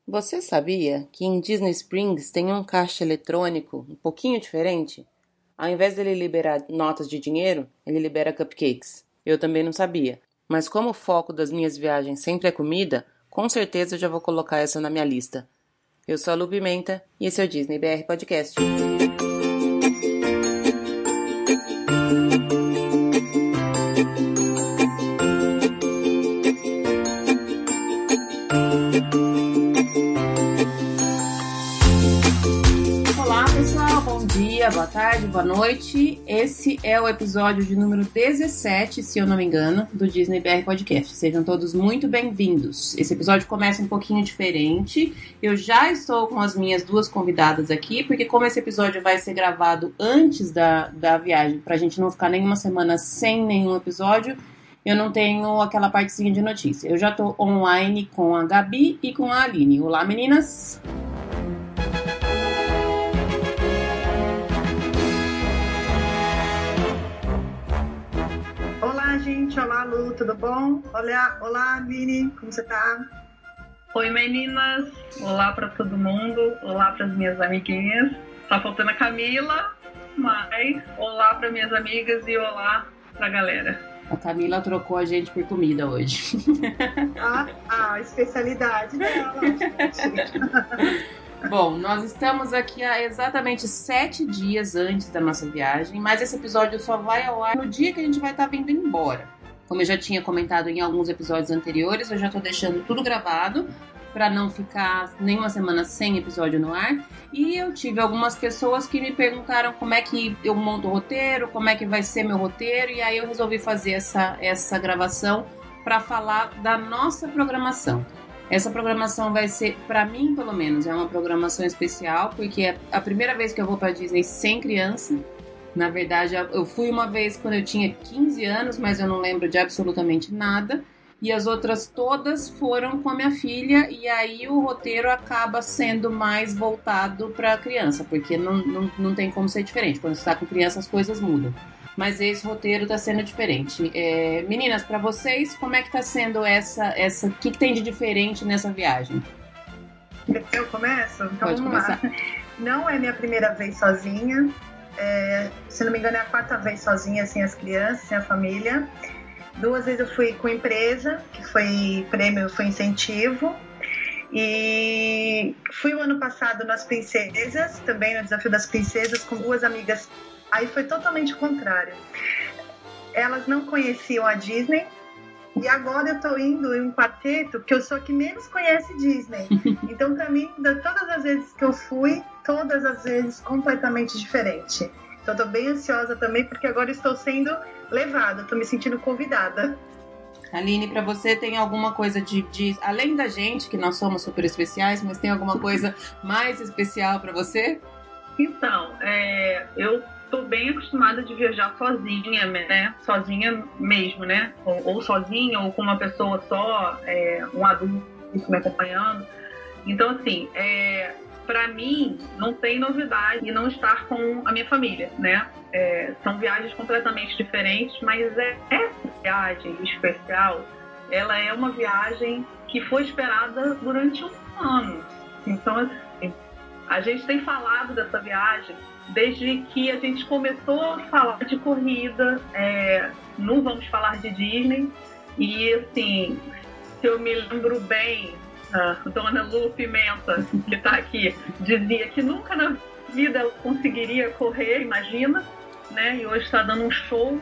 Você sabia que em Disney Springs tem um caixa eletrônico um pouquinho diferente? Ao invés dele liberar notas de dinheiro, ele libera cupcakes. Eu também não sabia. Mas como o foco das minhas viagens sempre é comida, com certeza eu já vou colocar essa na minha lista. Eu sou a Lu Pimenta e esse é o Disney BR Podcast. Boa tarde, boa noite. Esse é o episódio de número 17, se eu não me engano, do Disney BR Podcast. Sejam todos muito bem-vindos. Esse episódio começa um pouquinho diferente. Eu já estou com as minhas duas convidadas aqui, porque como esse episódio vai ser gravado antes da viagem, pra gente não ficar nenhuma semana sem nenhum episódio, eu não tenho aquela partezinha de notícia. Eu já estou online com a Gabi e com a Aline. Olá, meninas! Gente, olá Lu, tudo bom? Olá Vini, como você tá? Oi meninas, olá pra todo mundo, olá pras minhas amiguinhas. Tá faltando a Camila, mas olá para minhas amigas e olá pra galera. A Camila trocou a gente por comida hoje. A especialidade dela, gente. Bom, nós estamos aqui há exatamente 7 dias antes da nossa viagem, mas esse episódio só vai ao ar no dia que a gente vai estar vindo embora. Como eu já tinha comentado em alguns episódios anteriores, eu já estou deixando tudo gravado para não ficar nenhuma semana sem episódio no ar. E eu tive algumas pessoas que me perguntaram como é que eu monto o roteiro, como é que vai ser meu roteiro, e aí eu resolvi fazer essa gravação para falar da nossa programação. Essa programação vai ser, pra mim pelo menos, é uma programação especial, porque é a primeira vez que eu vou pra Disney sem criança. Na verdade, eu fui uma vez quando eu tinha 15 anos, mas eu não lembro de absolutamente nada. E as outras todas foram com a minha filha, e aí o roteiro acaba sendo mais voltado pra criança, porque não tem como ser diferente. Quando você tá com criança, as coisas mudam. Mas esse roteiro tá sendo diferente. Meninas, pra vocês, como é que tá sendo o que tem de diferente nessa viagem? Eu começo? Então Pode vamos começar. Lá. Não é minha primeira vez sozinha. Se não me engano, é a 4ª vez sozinha, sem as crianças, sem a família. 2 vezes eu fui com empresa, que foi prêmio, foi incentivo. E fui o ano passado nas Princesas, também no Desafio das Princesas, com 2 amigas. Aí foi totalmente o contrário. Elas não conheciam a Disney e agora eu tô indo em um quarteto que eu sou a que menos conhece Disney. Então, pra mim, todas as vezes que eu fui, todas as vezes completamente diferente. Então, eu tô bem ansiosa também porque agora estou sendo levada, tô me sentindo convidada. Aline, pra você tem alguma coisa de além da gente, que nós somos super especiais, mas tem alguma coisa mais especial pra você? Então, eu tô bem acostumada de viajar sozinha, né? Sozinha mesmo, né? Ou sozinha, ou com uma pessoa só, um adulto me acompanhando. Então, assim, pra mim, não tem novidade em não estar com a minha família, né? São viagens completamente diferentes, mas essa viagem especial, ela é uma viagem que foi esperada durante um ano. Então, assim, a gente tem falado dessa viagem desde que a gente começou a falar de corrida, no Vamos Falar de Disney. E, assim, se eu me lembro bem, a dona Lu Pimenta, que está aqui, dizia que nunca na vida ela conseguiria correr, imagina, né? E hoje está dando um show.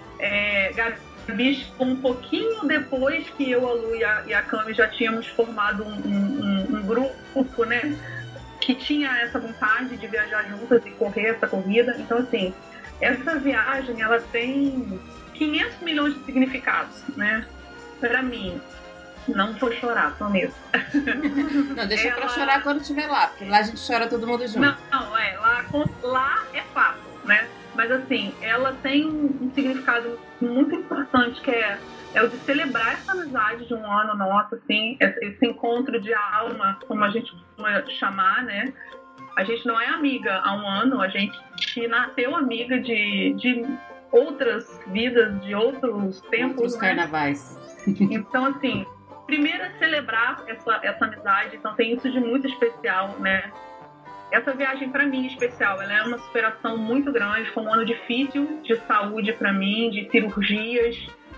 Gabi, um pouquinho depois que eu, a Lu e a Cami já tínhamos formado um grupo, né? Que tinha essa vontade de viajar juntas e correr essa corrida. Então, assim, essa viagem, ela tem 500 milhões de significados, né? Pra mim, não vou chorar, prometo. Não, deixa pra chorar quando estiver lá, porque lá a gente chora todo mundo junto. Não, lá é fácil, né? Mas, assim, ela tem um significado muito importante, que é o de celebrar essa amizade de um ano nosso, assim, esse encontro de alma, como a gente costuma chamar, né? A gente não é amiga há um ano, a gente nasceu amiga de outras vidas, de outros tempos. Outros carnavais. Então, assim, primeiro é celebrar essa amizade, então tem isso de muito especial, né? Essa viagem para mim especial, ela é uma superação muito grande, foi um ano difícil de saúde para mim, de cirurgias,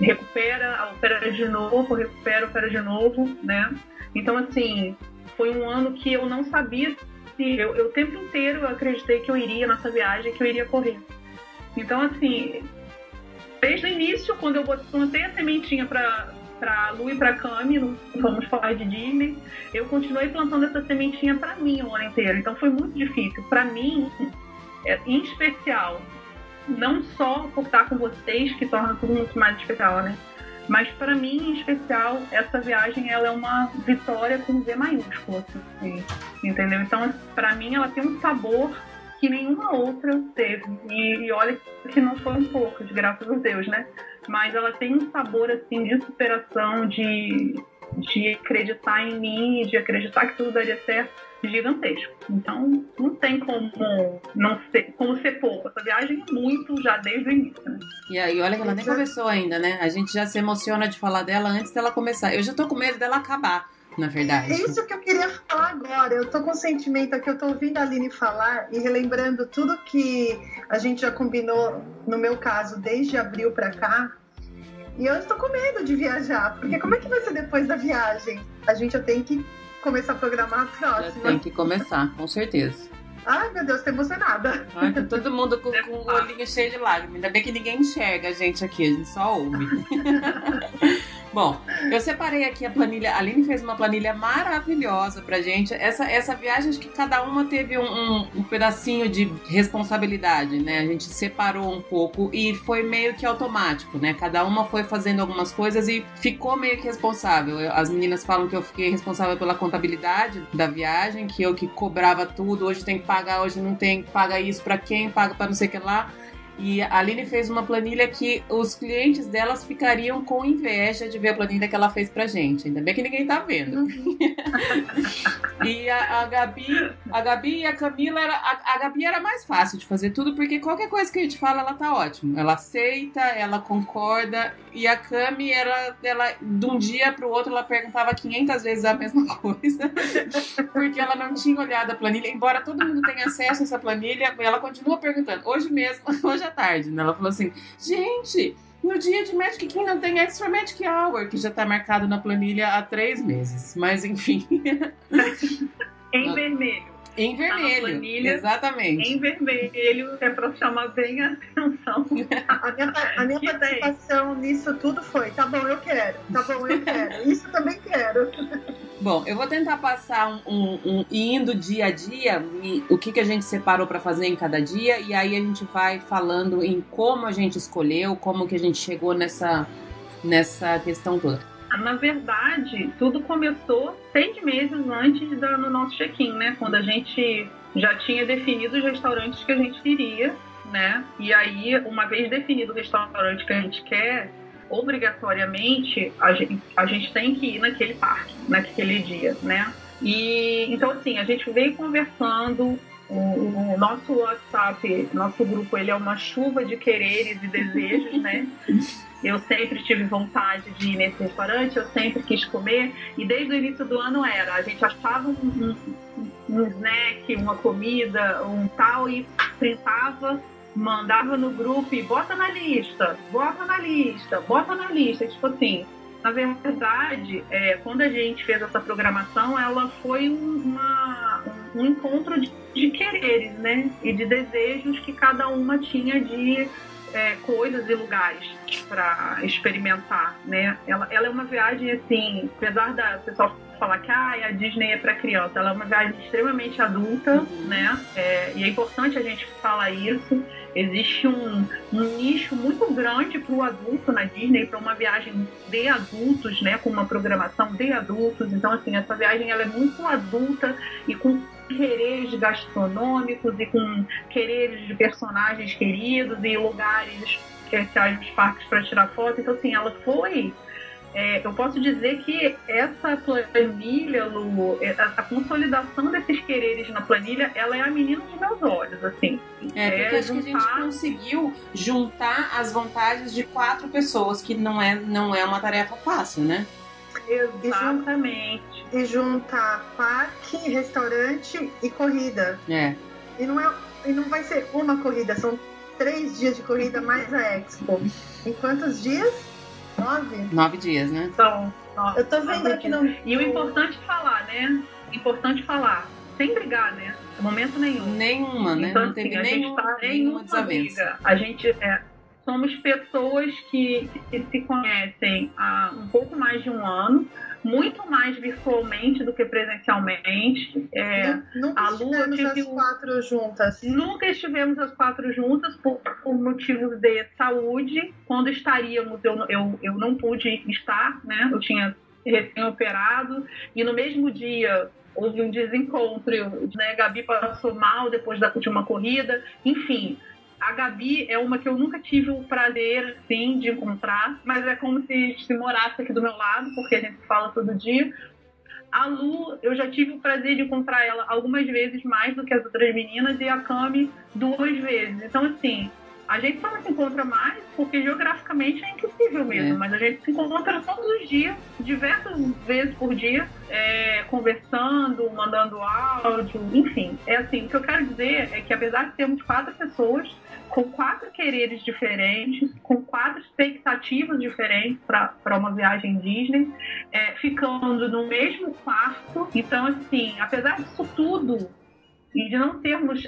opera de novo, opera de novo, né? Então, assim, foi um ano que eu não sabia se... Eu o tempo inteiro eu acreditei que eu iria nessa viagem, que eu iria correr. Então, assim, desde o início, quando eu plantei a sementinha para Lu e para Cami, não vamos falar de Disney, eu continuei plantando essa sementinha para mim o ano inteiro. Então foi muito difícil. Para mim, em especial, não só por estar com vocês, que torna tudo muito mais especial, né? Mas para mim, em especial, essa viagem ela é uma vitória com V maiúsculo, assim, entendeu? Então, para mim, ela tem um sabor que nenhuma outra teve. E olha que não foram poucas, graças a Deus, né? Mas ela tem um sabor, assim, de superação, de acreditar em mim, de acreditar que tudo daria certo, gigantesco. Então, não tem como ser pouco. Essa viagem é muito já desde o início, né? E aí, olha que ela nem começou ainda, né? A gente já se emociona de falar dela antes dela começar. Eu já tô com medo dela acabar, na verdade. É isso que eu queria falar agora. Eu tô com um sentimento aqui, eu tô ouvindo a Aline falar e relembrando tudo que a gente já combinou, no meu caso, desde abril pra cá. E eu estou com medo de viajar, porque como é que vai ser depois da viagem? A gente já tem que começar a programar a próxima. Já tem que começar, com certeza. Ai, meu Deus, tô emocionada. Ai, tá todo mundo com o olhinho cheio de lágrimas. Ainda bem que ninguém enxerga a gente aqui, a gente só ouve. Bom, eu separei aqui a planilha. A Aline fez uma planilha maravilhosa pra gente. Essa viagem, acho que cada uma teve um pedacinho de responsabilidade, né? A gente separou um pouco e foi meio que automático, né? Cada uma foi fazendo algumas coisas e ficou meio que responsável. As meninas falam que eu fiquei responsável pela contabilidade da viagem, que eu que cobrava tudo. Hoje tem que pagar, hoje não tem, paga isso pra quem, paga pra não sei o que lá. E a Aline fez uma planilha que os clientes delas ficariam com inveja de ver a planilha que ela fez pra gente. Ainda bem que ninguém tá vendo. E a Gabi e a Camila, a Gabi era mais fácil de fazer tudo, porque qualquer coisa que a gente fala, ela tá ótimo. Ela aceita, ela concorda. E a Cami, ela de um dia pro outro, ela perguntava 500 vezes a mesma coisa, porque ela não tinha olhado a planilha. Embora todo mundo tenha acesso a essa planilha, ela continua perguntando. Hoje mesmo, hoje à tarde, né? Ela falou assim, gente, no dia de Magic Kingdom tem Extra Magic Hour, que já tá marcado na planilha há 3 meses. Mas, enfim. Em vermelho. Em vermelho, planilha, exatamente. Em vermelho, é pra chamar bem a atenção. A minha participação nisso tudo foi, tá bom, eu quero. Isso também quero. Bom, eu vou tentar passar indo dia a dia, o que a gente separou para fazer em cada dia, e aí a gente vai falando em como a gente escolheu, como que a gente chegou nessa questão toda. Na verdade, tudo começou 6 meses antes no nosso check-in, né? Quando a gente já tinha definido os restaurantes que a gente iria, né? E aí, uma vez definido o restaurante que a gente quer, obrigatoriamente, a gente tem que ir naquele parque, naquele dia, né? E, então, assim, a gente veio conversando. O nosso WhatsApp, nosso grupo, ele é uma chuva de quereres e desejos, né? Eu sempre tive vontade de ir nesse restaurante, eu sempre quis comer, e desde o início do ano a gente achava um snack, uma comida, um tal, e printava, mandava no grupo e bota na lista. Tipo assim, na verdade, quando a gente fez essa programação, ela foi um encontro de quereres, né? E de desejos que cada uma tinha de coisas e lugares para experimentar, né? Ela é uma viagem, assim, apesar da pessoal falar que a Disney é para criança, ela é uma viagem extremamente adulta, né? E é importante a gente falar isso. Existe um nicho muito grande para o adulto na Disney, para uma viagem de adultos, né? Com uma programação de adultos. Então, assim, essa viagem ela é muito adulta e com quereres gastronômicos e com quereres de personagens queridos e lugares especiais dos parques para tirar foto. Então, assim, ela foi... eu posso dizer que essa planilha, Lu, a consolidação desses quereres na planilha, ela é a menina dos meus olhos, assim. Porque acho que a gente conseguiu juntar as vontades de 4 pessoas, que não é uma tarefa fácil, né? Exatamente. E juntar parque, restaurante e corrida. E não vai ser uma corrida, são 3 dias de corrida mais a Expo. Em quantos dias? 9? 9 dias, né? Então, eu tô vendo aqui no... E o importante falar, né? Sem brigar, né? Em momento nenhum. Nenhuma, né? Então, não teve assim, nenhuma desavença. A gente somos pessoas que se conhecem há um pouco mais de um ano, muito mais virtualmente do que presencialmente. Nunca estivemos as 4 juntas. Nunca estivemos as 4 juntas por motivos de saúde. Quando estaríamos, eu não pude estar, né? Eu tinha recém-operado e no mesmo dia houve um desencontro, né? A Gabi passou mal depois de uma corrida, enfim. A Gabi é uma que eu nunca tive o prazer, assim, de encontrar, mas é como se morasse aqui do meu lado, porque a gente fala todo dia. A Lu, eu já tive o prazer de encontrar ela algumas vezes mais do que as outras meninas, e a Cami 2 vezes. Então, assim, a gente só não se encontra mais porque geograficamente é impossível mesmo, mas a gente se encontra todos os dias, diversas vezes por dia, conversando, mandando áudio, enfim. É assim, o que eu quero dizer é que apesar de termos 4 pessoas, com 4 quereres diferentes, com 4 expectativas diferentes para uma viagem Disney, ficando no mesmo quarto. Então, assim, apesar disso tudo, e de não termos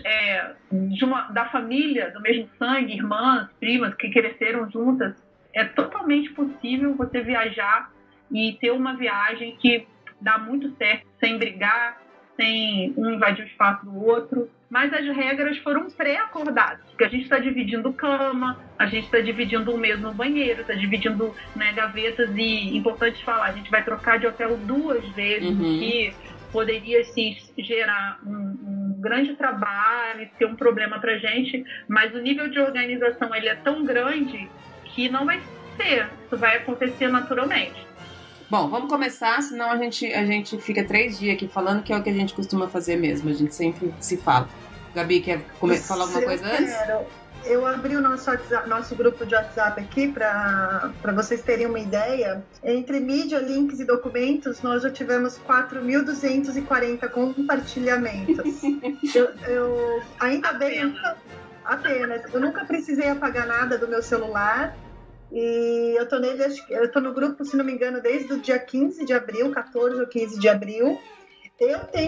da família, do mesmo sangue, irmãs, primas, que cresceram juntas, é totalmente possível você viajar e ter uma viagem que dá muito certo, sem brigar, sem um invadir o espaço do outro. Mas as regras foram pré-acordadas, porque a gente está dividindo cama, a gente está dividindo o mesmo banheiro, está dividindo, né, gavetas, e importante falar, a gente vai trocar de hotel 2 vezes, que poderia sim gerar um grande trabalho, ter um problema pra gente, mas o nível de organização ele é tão grande que não vai ser, isso vai acontecer naturalmente. Bom, vamos começar, senão a gente fica 3 dias aqui falando, que é o que a gente costuma fazer mesmo, a gente sempre se fala. Gabi, quer falar alguma coisa antes? Eu abri o nosso grupo de WhatsApp aqui para vocês terem uma ideia. Entre mídia, links e documentos, nós já tivemos 4.240 compartilhamentos. eu ainda bem, apenas. Eu nunca precisei apagar nada do meu celular. E eu tô no grupo, se não me engano, desde o dia 15 de abril, 14 ou 15 de abril. Eu tenho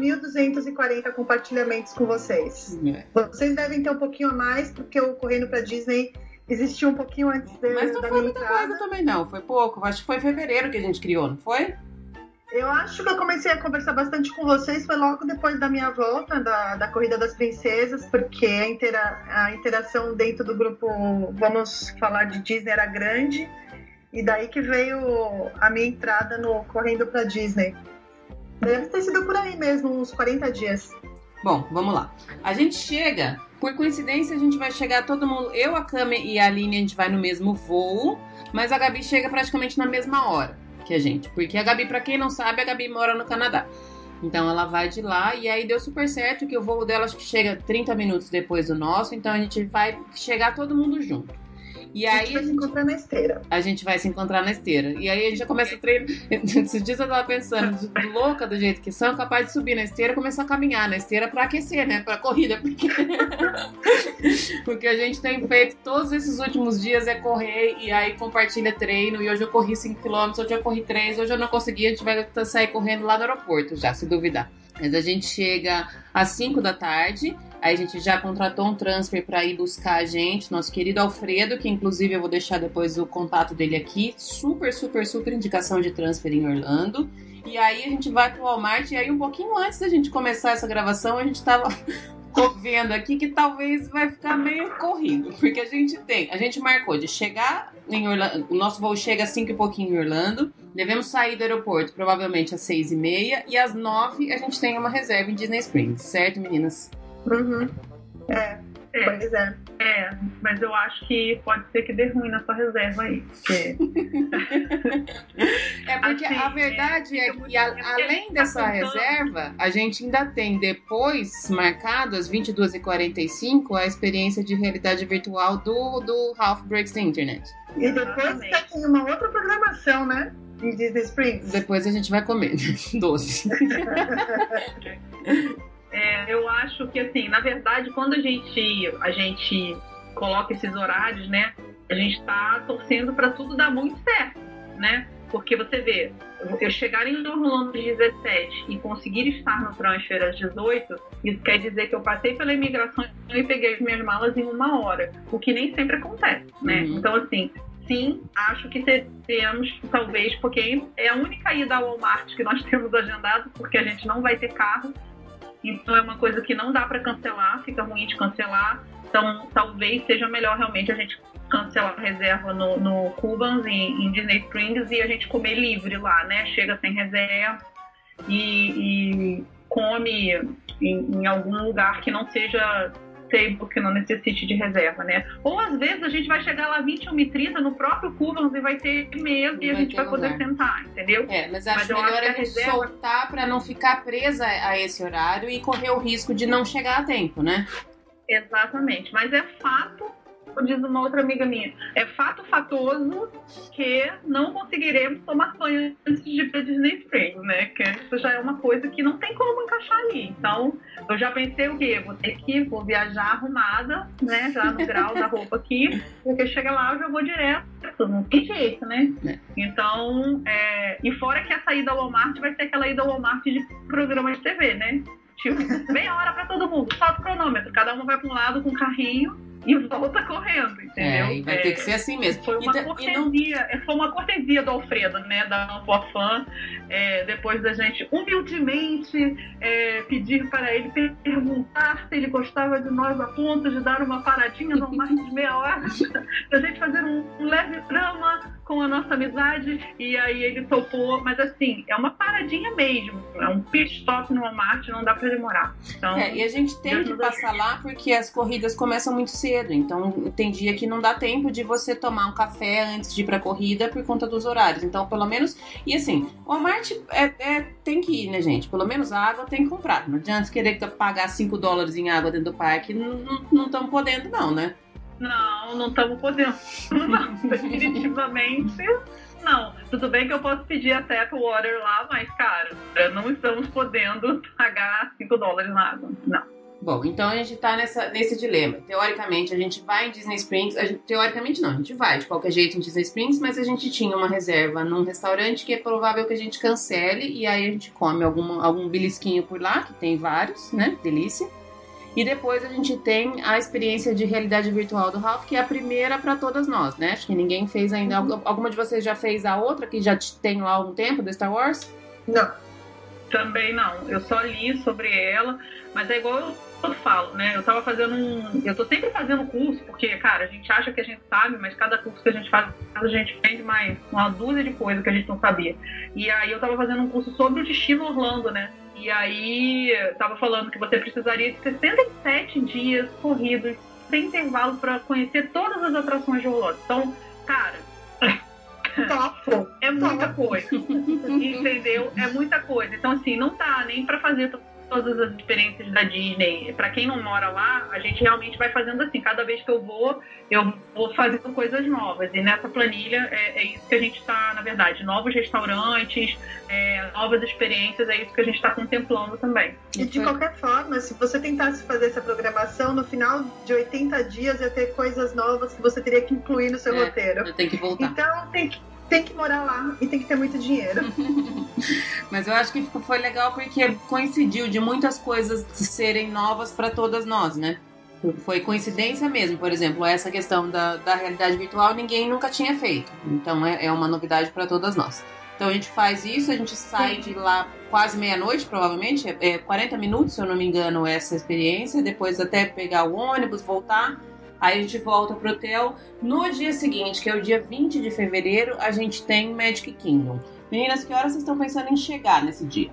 4.240 compartilhamentos com vocês. Vocês devem ter um pouquinho a mais, porque o Correndo pra Disney existiu um pouquinho antes da minha entrada. Mas não foi muita coisa também, não. Foi pouco. Acho que foi em fevereiro que a gente criou, não foi? Eu acho que eu comecei a conversar bastante com vocês foi logo depois da minha volta da Corrida das Princesas, porque a interação dentro do grupo Vamos Falar de Disney era grande, e daí que veio a minha entrada no Correndo pra Disney. Deve ter sido por aí mesmo, uns 40 dias. Bom, vamos lá. A gente chega, por coincidência, a gente vai chegar todo mundo, eu, a Cami e a Aline, a gente vai no mesmo voo, mas a Gabi chega praticamente na mesma hora que a gente. Porque a Gabi, pra quem não sabe, a Gabi mora no Canadá. Então ela vai de lá, e aí deu super certo que o voo dela acho que chega 30 minutos depois do nosso, então a gente vai chegar todo mundo junto. E aí a gente vai se encontrar na esteira. A gente vai se encontrar na esteira. E aí a gente já começa a treinar. Esses dias eu tava pensando, louca do jeito que são, capaz de subir na esteira e começar a caminhar na esteira pra aquecer, né? Pra corrida. Porque a gente tem feito todos esses últimos dias correr e aí compartilha treino. E hoje eu corri 5 km, hoje eu corri 3, hoje eu não consegui, a gente vai sair correndo lá no aeroporto já, se duvidar. Mas a gente chega às 5 da tarde, aí a gente já contratou um transfer para ir buscar a gente, nosso querido Alfredo, que inclusive eu vou deixar depois o contato dele aqui, super indicação de transfer em Orlando. E aí a gente vai pro Walmart, e aí um pouquinho antes da gente começar essa gravação, a gente tava vendo aqui que talvez vai ficar meio corrido, porque a gente marcou de chegar em Orlando, o nosso voo chega às 5 e pouquinho em Orlando, devemos sair do aeroporto provavelmente às 6:30, e às 9 a gente tem uma reserva em Disney Springs, certo, meninas? Uhum. Pois é. Mas eu acho que pode ser que dê ruim na sua reserva aí. Porque assim, a verdade é que além dessa reserva, a gente ainda tem depois marcado às 22h45 a experiência de realidade virtual do Ralph Breaks the Internet. E depois tem uma outra programação, né? em Disney Springs? Depois a gente vai comer doce. Eu acho que, assim, na verdade, quando a gente coloca esses horários, né, a gente tá torcendo para tudo dar muito certo, né? Porque você vê, eu chegar em Orlando às 17 e conseguir estar no transfer às 18, isso quer dizer que eu passei pela imigração e peguei as minhas malas em 1 hora, o que nem sempre acontece, né? Então, assim, sim, acho que teremos, talvez, porque é a única ida ao Walmart que nós temos agendado, porque a gente não vai ter carro, então é uma coisa que não dá para cancelar, fica ruim de cancelar, então talvez seja melhor realmente a gente cancelar a reserva no Cubans, em Disney Springs, e a gente comer livre lá, né? Chega sem reserva e come em algum lugar que não seja table, que não necessite de reserva, né? Ou às vezes a gente vai chegar lá 21h30 no próprio Cubans e vai ter mesa e a gente vai poder sentar, entendeu? Mas acho melhor a gente soltar para não ficar presa a esse horário e correr o risco de não chegar a tempo, né? Exatamente, mas é fato, diz uma outra amiga minha, é fato fatoso que não conseguiremos tomar banho antes de ir para Disney Springs, né? Que isso já é uma coisa que não tem como encaixar ali. Então, eu já pensei o quê? Vou viajar arrumada, né? Já no grau da roupa aqui, porque chega lá eu já vou direto. Não tem jeito, né? Então, e fora que a saída ao Walmart vai ser aquela ida ao Walmart de programa de TV, né? Tipo, meia hora pra todo mundo, só o cronômetro. Cada um vai pra um lado com um carrinho e volta correndo, entendeu? E vai ter que ser assim mesmo. Foi uma cortesia do Alfredo, né, da Anfofan, depois da gente humildemente pedir para ele perguntar se ele gostava de nós a ponto de dar uma paradinha no mais de meia hora, da gente fazer um leve drama com a nossa amizade, e aí ele topou, mas assim, é uma paradinha mesmo, é um pit stop no Walmart, não dá pra demorar. Então, e a gente tem que passar lá porque as corridas começam muito cedo, então tem dia que não dá tempo de você tomar um café antes de ir pra corrida por conta dos horários, então pelo menos, e assim, o Walmart tem que ir, né, gente? Pelo menos a água tem que comprar, não adianta querer pagar $5 em água dentro do parque, não estamos podendo não, né? Não estamos podendo. Não, definitivamente não. Tudo bem que eu posso pedir a tap water lá, mas, cara, não estamos podendo pagar $5 na água. Não. Bom, então a gente tá nesse dilema. Teoricamente, a gente vai em Disney Springs. Teoricamente não, a gente vai de qualquer jeito em Disney Springs, mas a gente tinha uma reserva num restaurante que é provável que a gente cancele e aí a gente come algum belisquinho por lá, que tem vários, né? Delícia. E depois a gente tem a experiência de realidade virtual do Ralph, que é a primeira para todas nós, né? Acho que ninguém fez ainda. Alguma de vocês já fez a outra, que já tem lá há um tempo, do Star Wars? Não. Também não. Eu só li sobre ela, mas é igual eu falo, né? Eu tô sempre fazendo curso, porque, cara, a gente acha que a gente sabe, mas cada curso que a gente faz, a gente aprende mais uma dúzia de coisas que a gente não sabia. E aí eu tava fazendo um curso sobre o destino Orlando, né? E aí tava falando que você precisaria de 67 dias corridos, sem intervalo, para conhecer todas as atrações de Orlando. Então, cara, é muita coisa, entendeu? É muita coisa. Então, assim, não dá nem para fazer todas as experiências da Disney. Para quem não mora lá, a gente realmente vai fazendo assim. Cada vez que eu vou fazendo coisas novas. E nessa planilha é isso que a gente está, na verdade, novos restaurantes, novas experiências, é isso que a gente está contemplando também. E de qualquer forma, se você tentasse fazer essa programação, no final de 80 dias ia ter coisas novas que você teria que incluir no seu roteiro. Tem que voltar. Então tem que morar lá e tem que ter muito dinheiro. Mas eu acho que foi legal porque coincidiu de muitas coisas serem novas para todas nós, né? Foi coincidência mesmo, por exemplo, essa questão da realidade virtual ninguém nunca tinha feito. Então é uma novidade para todas nós. Então a gente faz isso, a gente sai de lá quase meia-noite, provavelmente, 40 minutos, se eu não me engano, essa experiência, depois até pegar o ônibus, voltar. Aí a gente volta pro hotel. No dia seguinte, que é o dia 20 de fevereiro, a gente tem Magic Kingdom. Meninas, que horas vocês estão pensando em chegar nesse dia?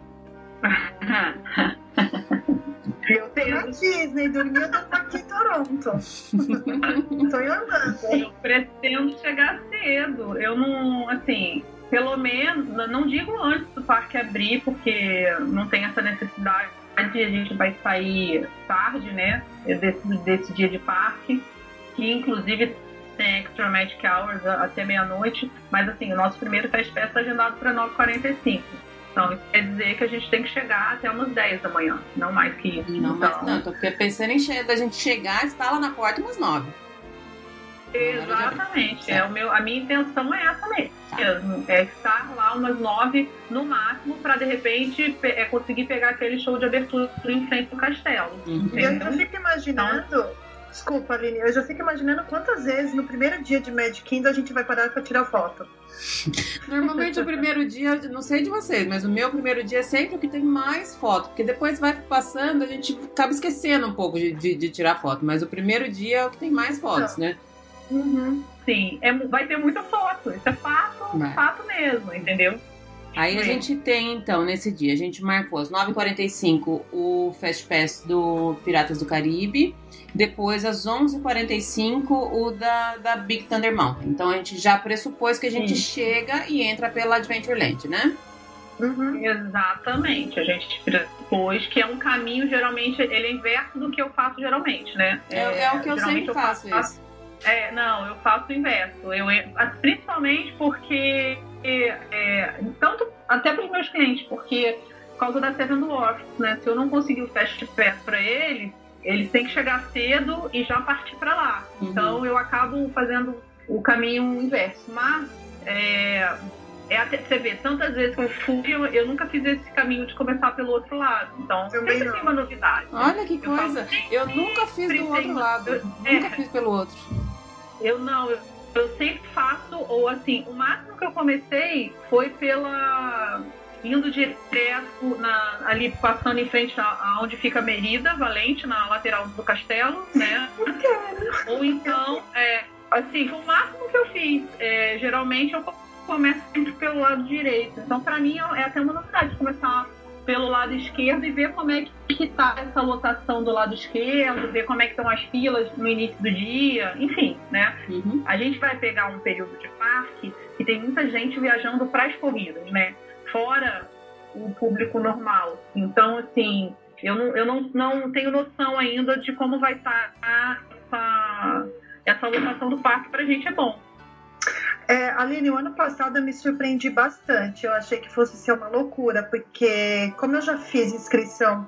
Eu tenho na Disney, dormi, eu tô aqui em Toronto. Tô em Orlando. Eu pretendo chegar cedo. Eu não, assim, pelo menos, não digo antes do parque abrir, porque não tem essa necessidade. A gente vai sair tarde, né, desse dia de parque, que inclusive tem Extra Magic Hours até meia-noite, mas assim, o nosso primeiro Fast Pass está agendado para 9h45. Então, isso quer dizer que a gente tem que chegar até umas 10 da manhã, não mais que isso. Não, então, mais não, tô pensando em da gente chegar e estar lá na porta umas 9. Exatamente, a minha intenção é essa mesmo. É estar lá umas 9 no máximo para de repente conseguir pegar aquele show de abertura em frente ao castelo. Eu já fico imaginando, desculpa, Aline, eu já fico imaginando quantas vezes no primeiro dia de Magic Kingdom a gente vai parar para tirar foto. Normalmente o primeiro dia, não sei de vocês, mas o meu primeiro dia é sempre o que tem mais foto, porque depois vai passando, a gente acaba esquecendo um pouco de tirar foto, mas o primeiro dia é o que tem mais fotos, né? Sim, vai ter muita foto, isso é fato mesmo, entendeu? Aí a gente tem, então, nesse dia, a gente marcou às 9h45 o Fast Pass do Piratas do Caribe, depois às 11h45 o da Big Thunder Mountain. Então a gente já pressupôs que a gente chega e entra pela Adventureland, né? Exatamente, a gente pressupôs que é um caminho, geralmente, ele é inverso do que eu faço geralmente, né? É o que eu sempre faço isso. Não, eu faço o inverso. Principalmente porque tanto até para os meus clientes, porque por causa da Seven Dwarfs, né? Se eu não conseguir o Fast Pass para eles têm que chegar cedo e já partir para lá. Então eu acabo fazendo o caminho inverso. Mas você vê, tantas vezes que eu fui, eu nunca fiz esse caminho de começar pelo outro lado. Então sempre tem uma novidade. Olha que coisa! Eu nunca fiz do outro lado. Nunca fiz pelo outro. Eu sempre faço, ou assim, o máximo que eu comecei foi indo direto ali passando em frente aonde fica a Merida Valente, na lateral do castelo, né? Ou então, assim, foi o máximo que eu fiz. Geralmente eu começo sempre pelo lado direito. Então, pra mim, é até uma novidade começar pelo lado esquerdo e ver como é que tá essa lotação do lado esquerdo, ver como é que estão as filas no início do dia, enfim, né? A gente vai pegar um período de parque que tem muita gente viajando para as corridas, né? Fora o público normal. Então, assim, eu não tenho noção ainda de como vai estar essa lotação do parque. Pra gente é bom. Aline, o ano passado eu me surpreendi bastante. Eu achei que fosse ser uma loucura, porque como eu já fiz inscrição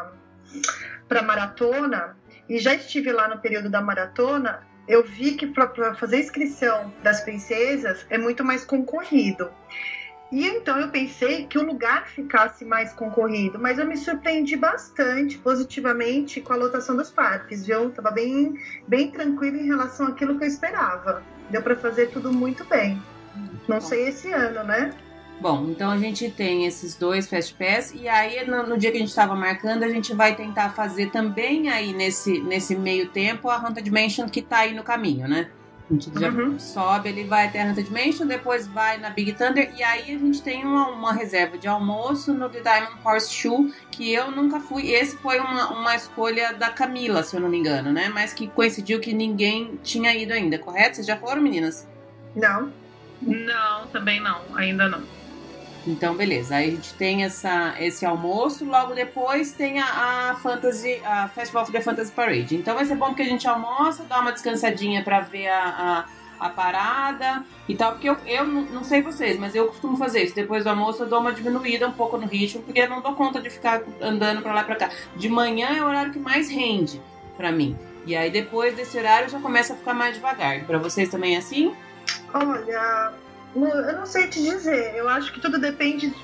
para maratona e já estive lá no período da maratona, eu vi que para fazer inscrição das princesas é muito mais concorrido. E então eu pensei que o lugar ficasse mais concorrido, mas eu me surpreendi bastante positivamente com a lotação dos parques, viu? Tava bem, bem tranquilo em relação àquilo que eu esperava. Deu para fazer tudo muito bem. Não sei esse ano, né? Bom, então a gente tem esses 2 Fast Pass e aí no dia que a gente estava marcando, a gente vai tentar fazer também aí nesse meio tempo a Haunted Mansion que tá aí no caminho, né? A gente já sobe, ele vai até a Haunted Mansion, depois vai na Big Thunder e aí a gente tem uma reserva de almoço no The Diamond Horseshoe, que eu nunca fui. Esse foi uma escolha da Camila, se eu não me engano, né? Mas que coincidiu que ninguém tinha ido ainda, correto? Vocês já foram, meninas? Não. Não, também não, ainda não. Então, beleza. Aí a gente tem esse almoço, logo depois tem a Festival of the Fantasy Parade. Então vai ser bom porque a gente almoça, dá uma descansadinha pra ver a parada e tal, porque eu não sei vocês, mas eu costumo fazer isso. Depois do almoço eu dou uma diminuída um pouco no ritmo, porque eu não dou conta de ficar andando pra lá e pra cá. De manhã é o horário que mais rende pra mim. E aí depois desse horário já começa a ficar mais devagar. Pra vocês também é assim? Olha, eu não sei te dizer. Eu acho que tudo depende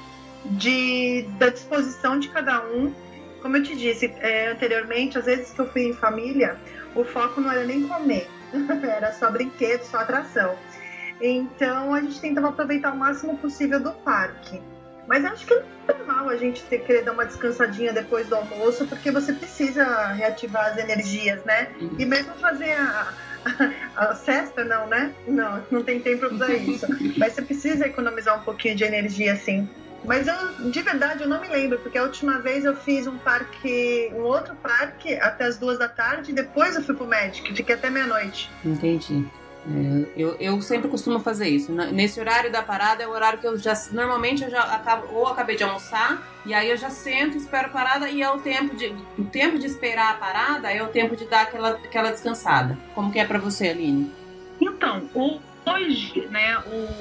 da disposição de cada um. Como eu te disse anteriormente, às vezes que eu fui em família, o foco não era nem comer. Era só brinquedo, só atração. Então a gente tentava aproveitar o máximo possível do parque. Mas eu acho que é normal a gente querer dar uma descansadinha depois do almoço, porque você precisa reativar as energias, né? E mesmo fazer a cesta, não, né? Não tem tempo pra isso. Mas você precisa economizar um pouquinho de energia, sim. Mas de verdade, eu não me lembro, porque a última vez eu fiz um outro parque até as 2 da tarde, e depois eu fui pro Magic, fiquei até meia-noite. Entendi. Eu sempre costumo fazer isso. Nesse horário da parada é o horário que normalmente eu já acabei de almoçar, e aí eu já sento, espero a parada, e é o tempo de esperar a parada, é o tempo de dar aquela descansada. Como que é pra você, Aline? Então, Então, hoje, né,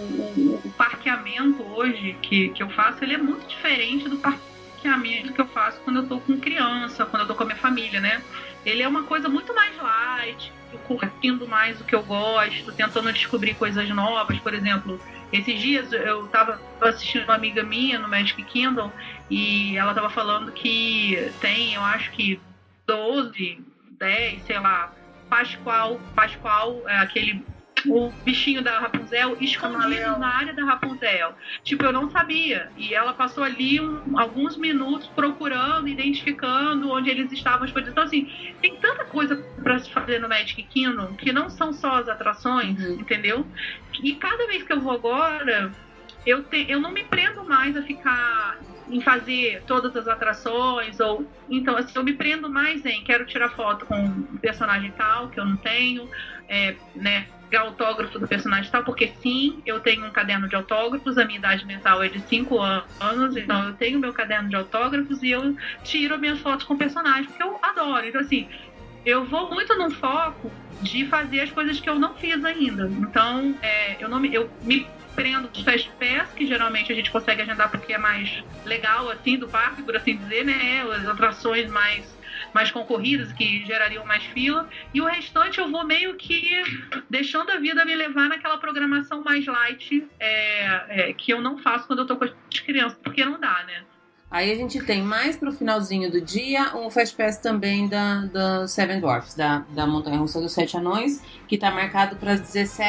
o parqueamento hoje que eu faço, ele é muito diferente do parqueamento que eu faço quando eu tô com criança, quando eu tô com a minha família, né? Ele é uma coisa muito mais light, curtindo mais o que eu gosto, tentando descobrir coisas novas. Por exemplo, esses dias eu estava assistindo uma amiga minha no Magic Kingdom e ela estava falando que tem, eu acho que 12, 10, sei lá, Pascoal é aquele... o bichinho da Rapunzel escondido na área da Rapunzel. Tipo, eu não sabia. E ela passou ali alguns minutos procurando, identificando onde eles estavam expostos. Então, assim, tem tanta coisa pra se fazer no Magic Kingdom que não são só as atrações, entendeu? E cada vez que eu vou agora, eu não me prendo mais a ficar em fazer todas as atrações, ou então assim, eu me prendo mais em quero tirar foto com um personagem tal que eu não tenho, né, autógrafo do personagem tal, porque sim, eu tenho um caderno de autógrafos, a minha idade mental é de 5 anos, então eu tenho meu caderno de autógrafos e eu tiro minhas fotos com personagens, porque eu adoro. Então assim, eu vou muito no foco de fazer as coisas que eu não fiz ainda. Então, eu me prendo dos Fast Pass, que geralmente a gente consegue agendar porque é mais legal, assim, do parque, por assim dizer, né? As atrações mais concorridas, que gerariam mais fila. E o restante eu vou meio que deixando a vida me levar naquela programação mais light, que eu não faço quando eu tô com as crianças, porque não dá, né? Aí a gente tem mais pro finalzinho do dia um Fast Pass também da Seven Dwarfs, da Montanha Russa dos Sete Anões, que tá marcado para as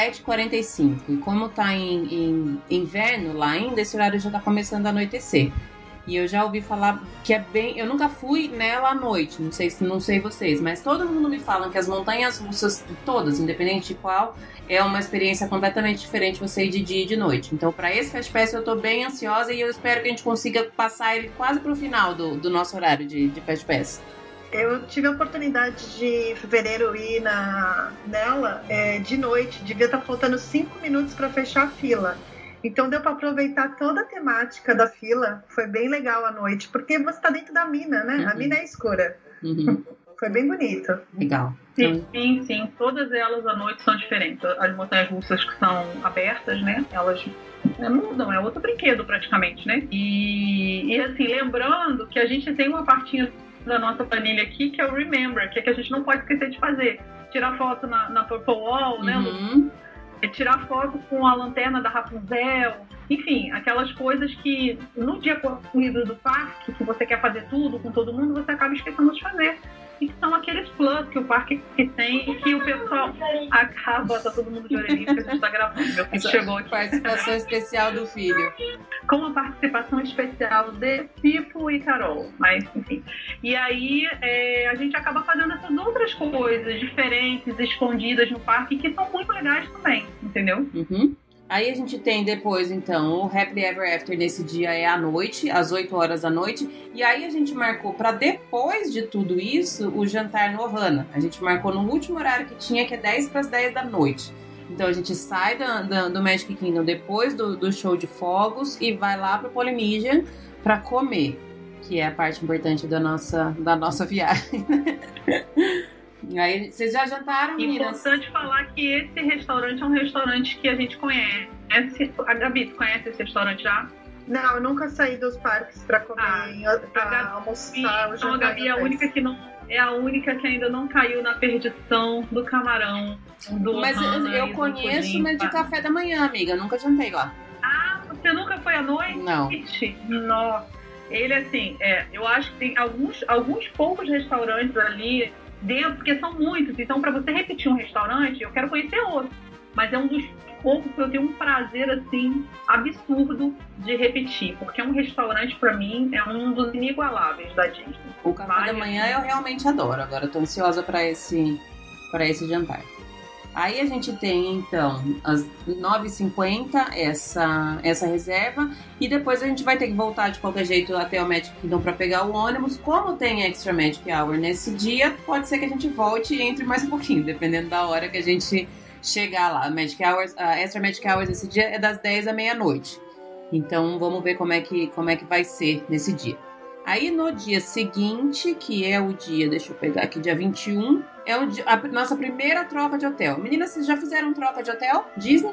17h45. E como tá em inverno lá ainda, esse horário já tá começando a anoitecer. E eu já ouvi falar que é bem... Eu nunca fui nela à noite, não sei vocês, mas todo mundo me fala que as montanhas russas, todas, independente de qual, é uma experiência completamente diferente você ir de dia e de noite. Então, para esse Fast Pass eu tô bem ansiosa e eu espero que a gente consiga passar ele quase pro final do nosso horário de Fast Pass. Eu tive a oportunidade de em fevereiro ir nela de noite, devia estar faltando 5 minutos para fechar a fila. Então deu para aproveitar toda a temática da fila, foi bem legal à noite, porque você está dentro da mina, né? A mina é escura. Foi bem bonito. Legal. Sim, todas elas à noite são diferentes. As montanhas russas que são abertas, né? Elas mudam, é outro brinquedo praticamente, né? E assim, lembrando que a gente tem uma partinha da nossa planilha aqui que é o Remember, que é que a gente não pode esquecer de fazer. Tirar foto na Purple Wall, né? Tirar foto com a lanterna da Rapunzel, enfim, aquelas coisas que no dia corrido do parque, que você quer fazer tudo com todo mundo, você acaba esquecendo de fazer. E que são aqueles plus que o parque tem, que o pessoal acaba, tá todo mundo de orelhinha, porque a gente tá gravando. Meu filho chegou aqui. Participação especial do filho. Com a participação especial de Pipo e Carol, mas enfim. E aí a gente acaba fazendo essas outras coisas diferentes, escondidas no parque, que são muito legais também, entendeu? Aí a gente tem depois, então, o Happily Ever After nesse dia é à noite, às 8 horas da noite. E aí a gente marcou para depois de tudo isso, o jantar no Ohana. A gente marcou no último horário que tinha, que é 10 para as 10 da noite. Então a gente sai do Magic Kingdom depois do show de fogos e vai lá pro Polynesian para comer, que é a parte importante da nossa viagem. Aí, vocês já jantaram, meninas? Importante falar que esse restaurante é um restaurante que a gente conhece. A Gabi, tu conhece esse restaurante já? Não, eu nunca saí dos parques pra comer, pra almoçar. Então a Gabi é a única que ainda não caiu na perdição do camarão. Mas eu conheço, mas de café da manhã, amiga. Eu nunca jantei lá. Ah, você nunca foi à noite? Não. Nossa. Ele, assim, eu acho que tem alguns poucos restaurantes ali dentro, porque são muitos. Então, para você repetir um restaurante, eu quero conhecer outro. Mas é um dos poucos que eu tenho um prazer, assim, absurdo de repetir. Porque um restaurante, para mim, é um dos inigualáveis da Disney. O café da manhã eu realmente adoro. Agora eu tô ansiosa para esse jantar. Aí a gente tem, então, às 9h50 essa reserva. E depois a gente vai ter que voltar de qualquer jeito até o Magic Kingdom para pegar o ônibus. Como tem Extra Magic Hour nesse dia, pode ser que a gente volte e entre mais um pouquinho, dependendo da hora que a gente chegar lá. A Extra Magic Hours esse dia é das 10 à meia-noite. Então vamos ver como é que vai ser nesse dia. Aí no dia seguinte, que é o dia, deixa eu pegar aqui, dia 21, é a nossa primeira troca de hotel. Meninas, vocês já fizeram troca de hotel? Disney?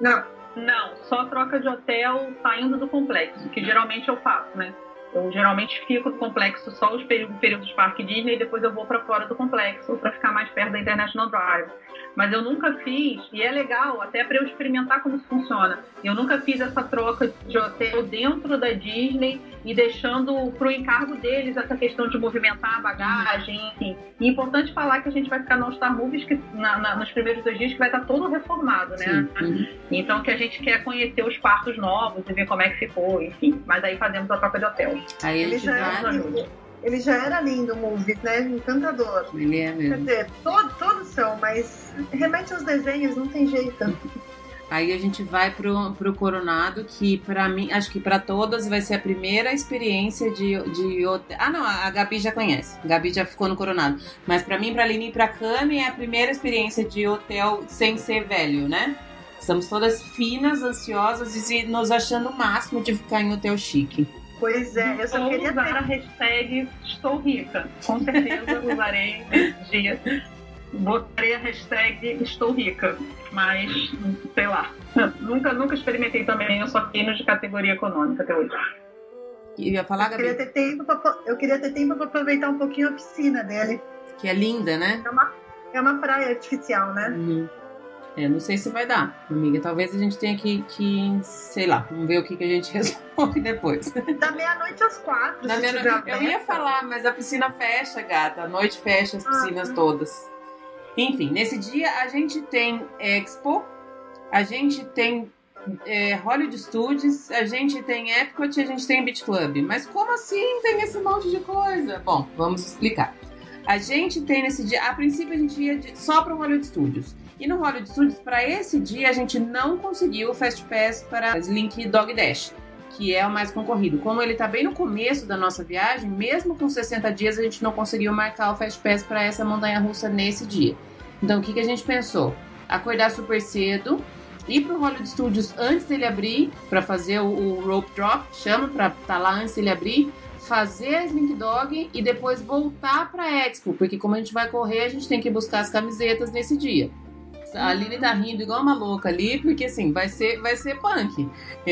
Não, só troca de hotel saindo do complexo, que geralmente eu faço, né? Eu geralmente fico no complexo só os períodos de Parque Disney e depois eu vou para fora do complexo para ficar mais perto da International Drive. Mas eu nunca fiz, e é legal até para eu experimentar como isso funciona. Eu nunca fiz essa troca de hotel dentro da Disney e deixando pro encargo deles essa questão de movimentar a bagagem, enfim. E é importante falar que a gente vai ficar no All Star Movies que, nos primeiros 2 dias, que vai estar todo reformado, né? Então que a gente quer conhecer os quartos novos e ver como é que ficou, enfim. Mas aí fazemos a troca de hotel. Aí a gente Ele já era lindo o movie, né? Encantador. Ele é mesmo. Quer dizer, todos são, mas remete aos desenhos, não tem jeito. Aí a gente vai pro Coronado, que pra mim, acho que pra todas vai ser a primeira experiência de hotel. Ah, não, a Gabi já conhece. A Gabi já ficou no Coronado. Mas pra mim, pra Aline e pra Cami, é a primeira experiência de hotel sem ser velho, né? Estamos todas finas, ansiosas e nos achando o máximo de ficar em hotel chique. Pois é, eu só queria usar ter a hashtag Estou Rica. Com certeza usarei nesse dia. Botarei a hashtag Estou Rica. Mas, sei lá. Nunca experimentei também, eu só fiquei no de categoria econômica até hoje. E ia falar, Gabi? Eu queria ter tempo para aproveitar um pouquinho a piscina dele. Que é linda, né? É uma praia artificial, né? Não sei se vai dar, amiga. Talvez a gente tenha que sei lá, vamos ver o que a gente resolve depois. Da meia-noite às 4. Eu ia falar, mas a piscina fecha, gata. À noite fecha as piscinas todas. Enfim, nesse dia a gente tem Expo, a gente tem Hollywood Studios, a gente tem Epcot e a gente tem Beach Club. Mas como assim tem esse monte de coisa? Bom, vamos explicar. A gente tem nesse dia, a princípio a gente ia só para o Hollywood Studios. E no Hollywood Studios, para esse dia, a gente não conseguiu o Fast Pass para Slink Dog Dash, que é o mais concorrido. Como ele está bem no começo da nossa viagem, mesmo com 60 dias, a gente não conseguiu marcar o Fast Pass para essa montanha-russa nesse dia. Então, o que a gente pensou? Acordar super cedo, ir para o Hollywood Studios antes dele abrir, para fazer o rope drop, para estar lá antes dele abrir, fazer a Slink Dog e depois voltar para a Expo, porque como a gente vai correr, a gente tem que buscar as camisetas nesse dia. A Aline tá rindo igual uma louca ali, porque assim, vai ser punk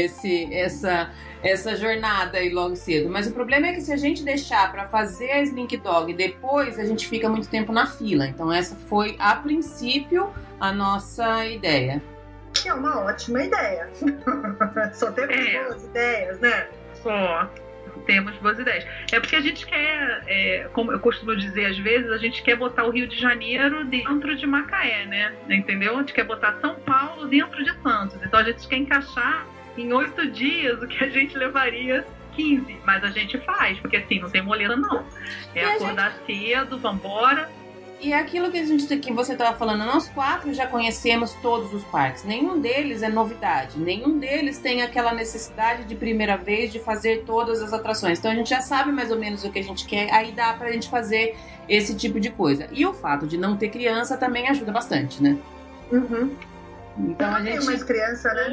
essa jornada aí logo cedo. Mas o problema é que se a gente deixar pra fazer a Slink Dog depois, a gente fica muito tempo na fila. Então essa foi, a princípio, a nossa ideia. Que é uma ótima ideia. Só temos boas ideias, né? Só. Temos boas ideias. É porque a gente quer, como eu costumo dizer às vezes, a gente quer botar o Rio de Janeiro dentro de Macaé, né? Entendeu? A gente quer botar São Paulo dentro de Santos. Então a gente quer encaixar em 8 dias o que a gente levaria 15. Mas a gente faz, porque assim, não tem moleza não. É acordar cedo, vambora. E é aquilo que você estava falando, nós 4 já conhecemos todos os parques. Nenhum deles é novidade. Nenhum deles tem aquela necessidade de primeira vez de fazer todas as atrações. Então a gente já sabe mais ou menos o que a gente quer. Aí dá pra gente fazer esse tipo de coisa. E o fato de não ter criança também ajuda bastante, né? Então a gente... tem mais criança, né?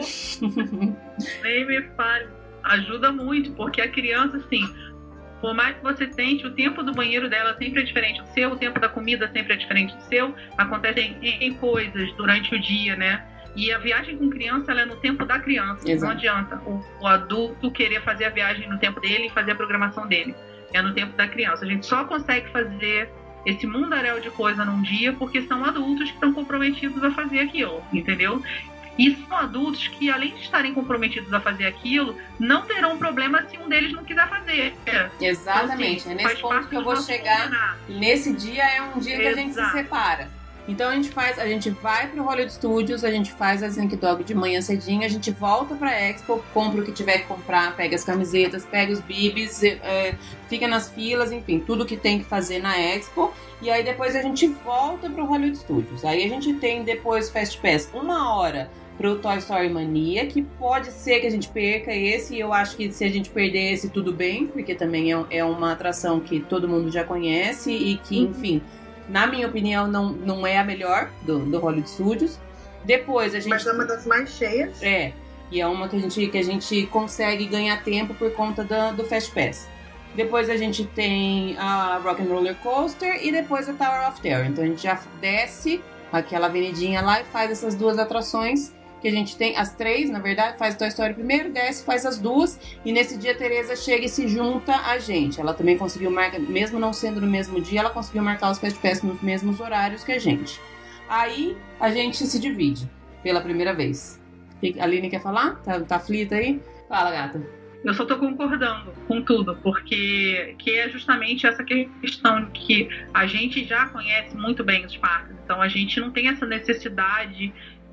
Nem me fale. Ajuda muito, porque a criança, assim... Por mais que você tente, o tempo do banheiro dela sempre é diferente do seu, o tempo da comida sempre é diferente do seu, acontecem em coisas durante o dia, né? E a viagem com criança, ela é no tempo da criança. Exato. Não adianta o adulto querer fazer a viagem no tempo dele e fazer a programação dele. É no tempo da criança. A gente só consegue fazer esse mundaréu de coisa num dia porque são adultos que estão comprometidos a fazer aquilo, entendeu? E são adultos que, além de estarem comprometidos a fazer aquilo, não terão problema se um deles não quiser fazer. Exatamente, então, assim, é nesse ponto que eu vou chegar. Nesse dia é um dia que a gente se separa. Então a gente vai pro Hollywood Studios, a gente faz a Slink Dog de manhã cedinho, a gente volta pra Expo, compra o que tiver que comprar, pega as camisetas, pega os bibis, fica nas filas, enfim, tudo que tem que fazer na Expo. E aí depois a gente volta pro Hollywood Studios. Aí a gente tem depois Fast Pass 1 hora pro Toy Story Mania, que pode ser que a gente perca esse, e eu acho que se a gente perder esse, tudo bem, porque também é uma atração que todo mundo já conhece e que, enfim, na minha opinião, não é a melhor do Hollywood Studios. Depois a gente... Mas é uma das mais cheias. E é uma que a gente consegue ganhar tempo por conta do Fast Pass. Depois a gente tem a Rock and Roller Coaster e depois a Tower of Terror. Então a gente já desce aquela avenidinha lá e faz essas 2 atrações que a gente tem, as 3, na verdade, faz Toy Story primeiro, desce, faz as 2, e nesse dia a Tereza chega e se junta a gente. Ela também conseguiu marcar, mesmo não sendo no mesmo dia, ela conseguiu marcar os Fast Pass nos mesmos horários que a gente. Aí a gente se divide pela primeira vez. A Aline quer falar? Tá aflita aí? Fala, gata. Eu só tô concordando com tudo, porque que é justamente essa questão que a gente já conhece muito bem os parques, então a gente não tem essa necessidade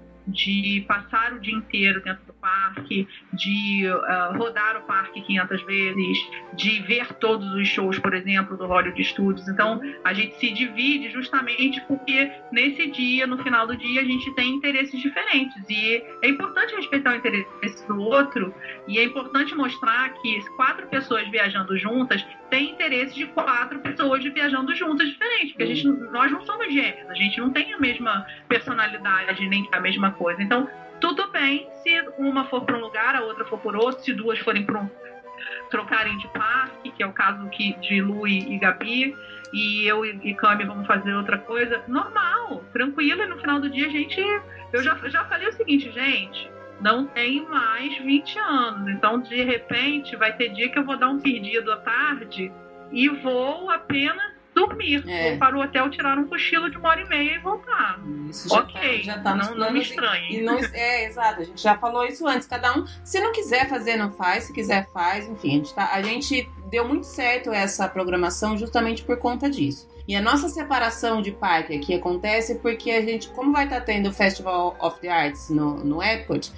de passar o dia inteiro dentro do parque, de rodar o parque 500 vezes, de ver todos os shows, por exemplo, do Hollywood Studios. Então, a gente se divide justamente porque nesse dia, no final do dia, a gente tem interesses diferentes. E é importante respeitar o interesse do outro, e é importante mostrar que 4 pessoas viajando juntas têm interesse de 4 pessoas viajando juntas diferentes, porque nós não somos gêmeos, a gente não tem a mesma personalidade, nem a mesma coisa. Então, tudo bem se uma for para um lugar, a outra for por outro, se 2 forem trocarem de parque, que é o caso de Lu e Gabi, e eu e Cami vamos fazer outra coisa, normal, tranquilo, e no final do dia eu já falei o seguinte, gente, não tenho mais 20 anos, então de repente vai ter dia que eu vou dar um perdido à tarde e vou apenas dormir. Vou para o hotel, tirar um cochilo de 1h30 e voltar. Isso já ok, já tá não me estranhe. Exato, a gente já falou isso antes. Cada um, se não quiser fazer, não faz. Se quiser, faz. Enfim, a gente deu muito certo essa programação justamente por conta disso. E a nossa separação de parque aqui acontece porque a gente, como vai estar tendo o Festival of the Arts no Epcot,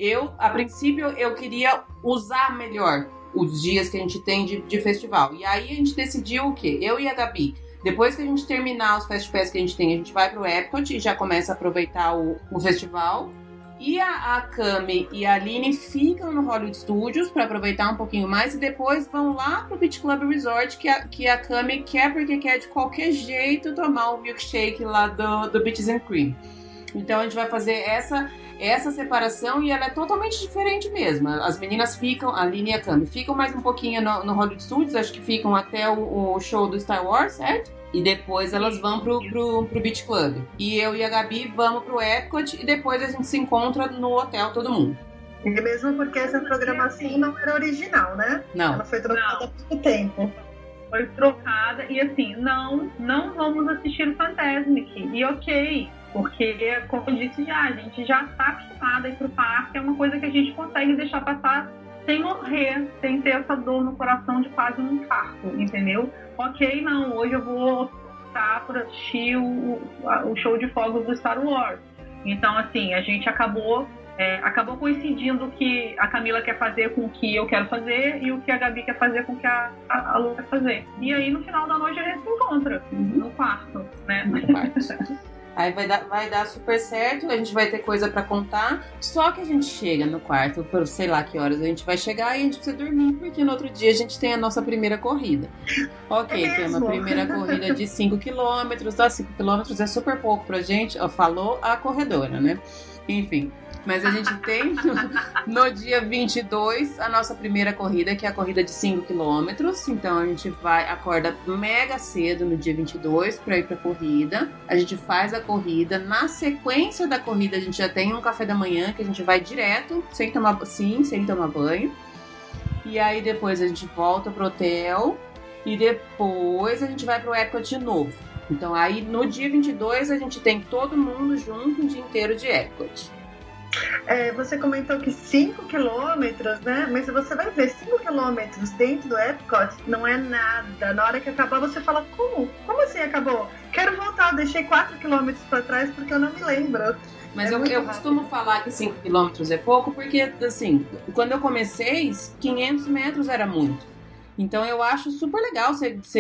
a princípio, eu queria usar melhor os dias que a gente tem de festival. E aí a gente decidiu o quê? Eu e a Gabi, depois que a gente terminar os Fast Pass que a gente tem, a gente vai pro Epcot e já começa a aproveitar o festival. E a Cami e a Aline ficam no Hollywood Studios para aproveitar um pouquinho mais e depois vão lá pro Beach Club Resort que a Cami quer, porque quer de qualquer jeito tomar o milkshake lá do Beaches and Cream. Então a gente vai fazer essa separação e ela é totalmente diferente mesmo. As meninas ficam, a Aline e a Cami, ficam mais um pouquinho no Hollywood Studios, acho que ficam até o show do Star Wars, certo? E depois elas vão pro Beach Club. E eu e a Gabi vamos pro Epcot e depois a gente se encontra no hotel, todo mundo. E mesmo porque essa programação não era original, né? Não. Ela foi trocada há pouco tempo. Foi trocada e assim, não vamos assistir o Fantasmic. E ok, porque, como eu disse já, a gente já está acostumada a ir pro parque, é uma coisa que a gente consegue deixar passar sem morrer, sem ter essa dor no coração de quase um infarto, entendeu? Ok, não, hoje eu vou optar por assistir o show de fogos do Star Wars. Então, assim, a gente acabou coincidindo o que a Camila quer fazer com o que eu quero fazer e o que a Gabi quer fazer com o que a Lu quer fazer. E aí, no final da noite, a gente se encontra no quarto, né? No quarto. Aí vai dar super certo, a gente vai ter coisa pra contar. Só que a gente chega no quarto, por sei lá que horas a gente vai chegar e a gente precisa dormir, porque no outro dia a gente tem a nossa primeira corrida. Ok, tem uma primeira corrida de 5 km, tá? 5 km é super pouco pra gente, falou a corredora, né? Enfim. Mas a gente tem no dia 22 a nossa primeira corrida, que é a corrida de 5 km. Então a gente acorda mega cedo no dia 22 para ir pra corrida. A gente faz a corrida. Na sequência da corrida, a gente já tem um café da manhã que a gente vai direto, sem tomar banho. E aí depois a gente volta pro hotel e depois a gente vai pro Epcot de novo. Então aí no dia 22 a gente tem todo mundo junto o dia inteiro de Epcot. Você comentou que 5 quilômetros, né? Mas você vai ver 5 quilômetros dentro do Epcot não é nada. Na hora que acabar, você fala, como assim acabou? Quero voltar, eu deixei 4 quilômetros para trás porque eu não me lembro. Mas eu costumo falar que 5 quilômetros é pouco porque, assim, quando eu comecei, 500 metros era muito. Então eu acho super legal.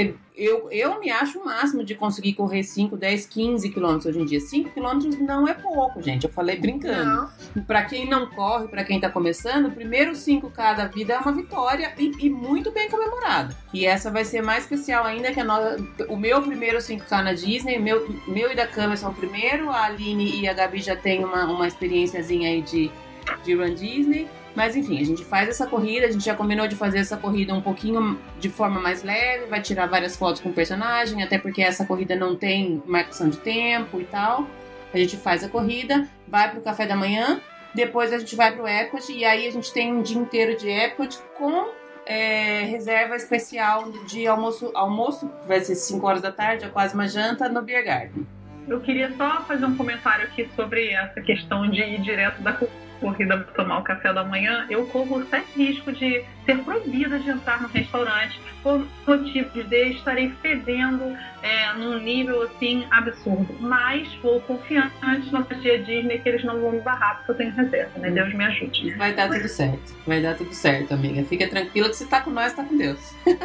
Eu me acho o máximo de conseguir correr 5, 10, 15 quilômetros hoje em dia. 5 quilômetros não é pouco, gente. Eu falei brincando. Pra quem não corre, pra quem tá começando, o primeiro 5K da vida é uma vitória e muito bem comemorada. E essa vai ser mais especial ainda que o meu primeiro 5K na Disney. Meu e da Cami são o primeiro. A Aline e a Gabi já têm uma experiênciazinha aí de Run Disney. Mas enfim, a gente faz essa corrida, a gente já combinou de fazer essa corrida um pouquinho de forma mais leve, vai tirar várias fotos com o personagem, até porque essa corrida não tem marcação de tempo e tal. A gente faz a corrida, vai pro café da manhã, depois a gente vai pro Epcot e aí a gente tem um dia inteiro de Epcot com reserva especial de almoço vai ser 5 horas da tarde, é quase uma janta, no Beer Garden. Eu queria só fazer um comentário aqui sobre essa questão de ir direto da corrida para tomar o café da manhã. Eu corro o sério risco de ser proibida de entrar no restaurante por motivos de estarei fedendo num nível assim absurdo. Mas vou confiante na tia Disney que eles não vão me barrar porque eu tenho reserva, né? Deus me ajude. Vai dar tudo certo. Vai dar tudo certo, amiga. Fica tranquila que se tá com nós, tá com Deus.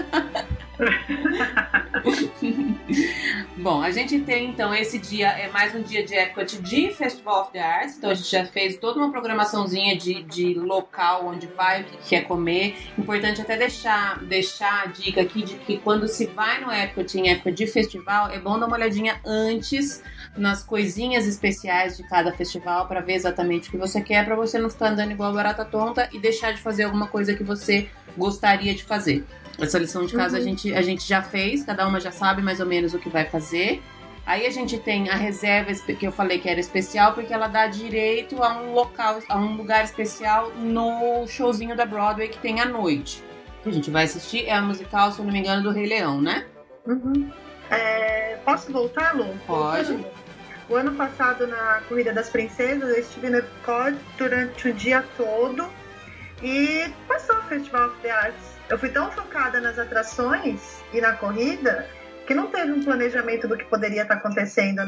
Bom, a gente tem então esse dia, mais um dia de Epcot de Festival of the Arts. Então a gente já fez toda uma programaçãozinha de local onde vai, o que quer comer. Importante até deixar a dica aqui de que quando se vai no Epcot, em época de festival, é bom dar uma olhadinha antes nas coisinhas especiais de cada festival para ver exatamente o que você quer, para você não ficar andando igual barata tonta e deixar de fazer alguma coisa que você gostaria de fazer. Essa lição de casa a gente já fez, cada uma já sabe mais ou menos o que vai fazer. Aí a gente tem a reserva que eu falei que era especial, porque ela dá direito a um local, a um lugar especial no showzinho da Broadway que tem à noite. Que a gente vai assistir, é a musical, se eu não me engano, do Rei Leão, né? Posso voltar, Lu? Pode. O ano passado, na Corrida das Princesas, eu estive no Epcot durante o dia todo e passou o Festival of the Arts. Eu fui tão focada nas atrações e na corrida que não teve um planejamento do que poderia estar acontecendo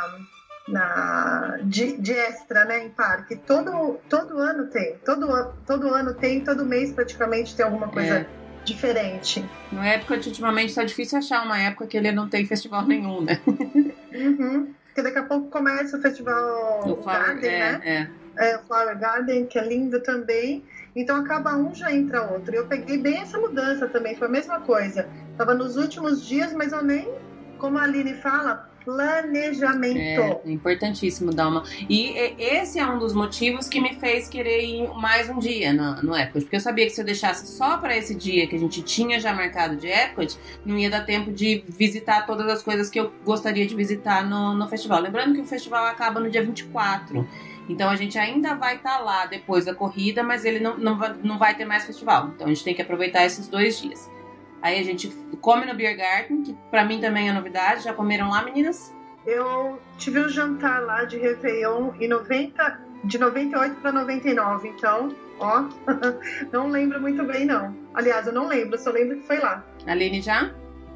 de extra, né, em parque. Todo ano tem. Todo ano tem, todo mês praticamente tem alguma coisa diferente. No Epcot, ultimamente, tá difícil achar uma época que ele não tem festival nenhum, né? Porque daqui a pouco começa o festival Garden, né? O Flower Garden, que é lindo também. Então acaba um, já entra outro. Eu peguei bem essa mudança também, foi a mesma coisa. Tava nos últimos dias, mas eu nem, como a Aline fala, planejamento. É importantíssimo dar uma... E esse é um dos motivos que me fez querer ir mais um dia no Epcot. Porque eu sabia que se eu deixasse só para esse dia que a gente tinha já marcado de Epcot, não ia dar tempo de visitar todas as coisas que eu gostaria de visitar no festival. Lembrando que o festival acaba no dia 24. Então a gente ainda vai estar lá depois da corrida, mas ele não vai ter mais festival. Então a gente tem que aproveitar esses 2 dias. Aí a gente come no Beer Garden, que pra mim também é novidade. Já comeram lá, meninas? Eu tive um jantar lá de Réveillon de 98 para 99, então, não lembro muito bem, não. Aliás, eu não lembro, só lembro que foi lá. Aline, já?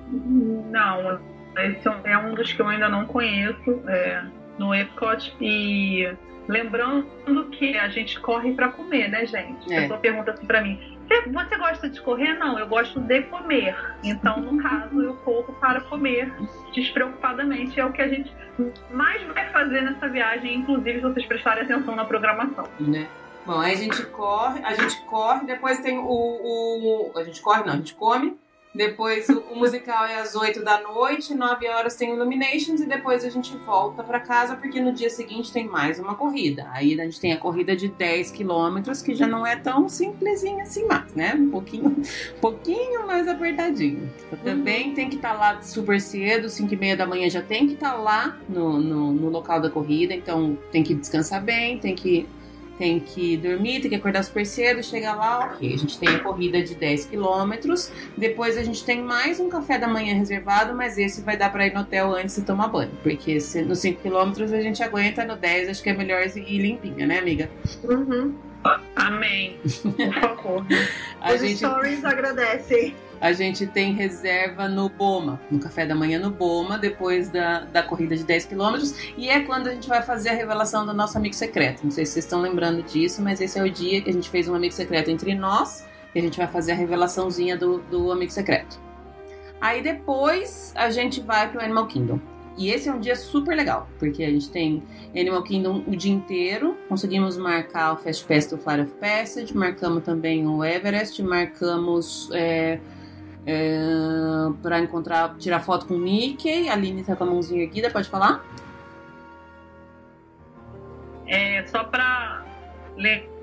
Não, esse é um dos que eu ainda não conheço, no Epcot. E lembrando que a gente corre para comer, né, gente? A pessoa pergunta assim pra mim: você gosta de correr? Não, eu gosto de comer. Então, no caso, eu corro para comer despreocupadamente. É o que a gente mais vai fazer nessa viagem, inclusive se vocês prestarem atenção na programação. Né? Bom, aí a gente corre, depois tem a gente come. Depois o musical é às 8 da noite, 9 horas tem Illuminations e depois a gente volta pra casa porque no dia seguinte tem mais uma corrida. Aí a gente tem a corrida de 10 quilômetros, que já não é tão simplesinha assim mais, né? Um pouquinho mais apertadinho. Também tem que estar lá super cedo, 5h30 da manhã já tem que estar lá no local da corrida, então tem que descansar bem, tem que dormir, tem que acordar super cedo, chegar lá, ok. A gente tem a corrida de 10 quilômetros, depois a gente tem mais um café da manhã reservado, mas esse vai dar pra ir no hotel antes de tomar banho, porque nos 5 quilômetros a gente aguenta, no 10 acho que é melhor ir limpinha, né, amiga? Amém. Por favor. Os stories agradecem. A gente tem reserva no Boma, no café da manhã no Boma, depois da corrida de 10 quilômetros, e é quando a gente vai fazer a revelação do nosso amigo secreto. Não sei se vocês estão lembrando disso, mas esse é o dia que a gente fez um amigo secreto entre nós, e a gente vai fazer a revelaçãozinha do amigo secreto. Aí depois a gente vai pro Animal Kingdom. E esse é um dia super legal, porque a gente tem Animal Kingdom o dia inteiro, conseguimos marcar o Fast Pass do Flight of Passage, marcamos também o Everest, marcamos... para tirar foto com o Mickey. A Aline tá com a mãozinha erguida, pode falar? Só para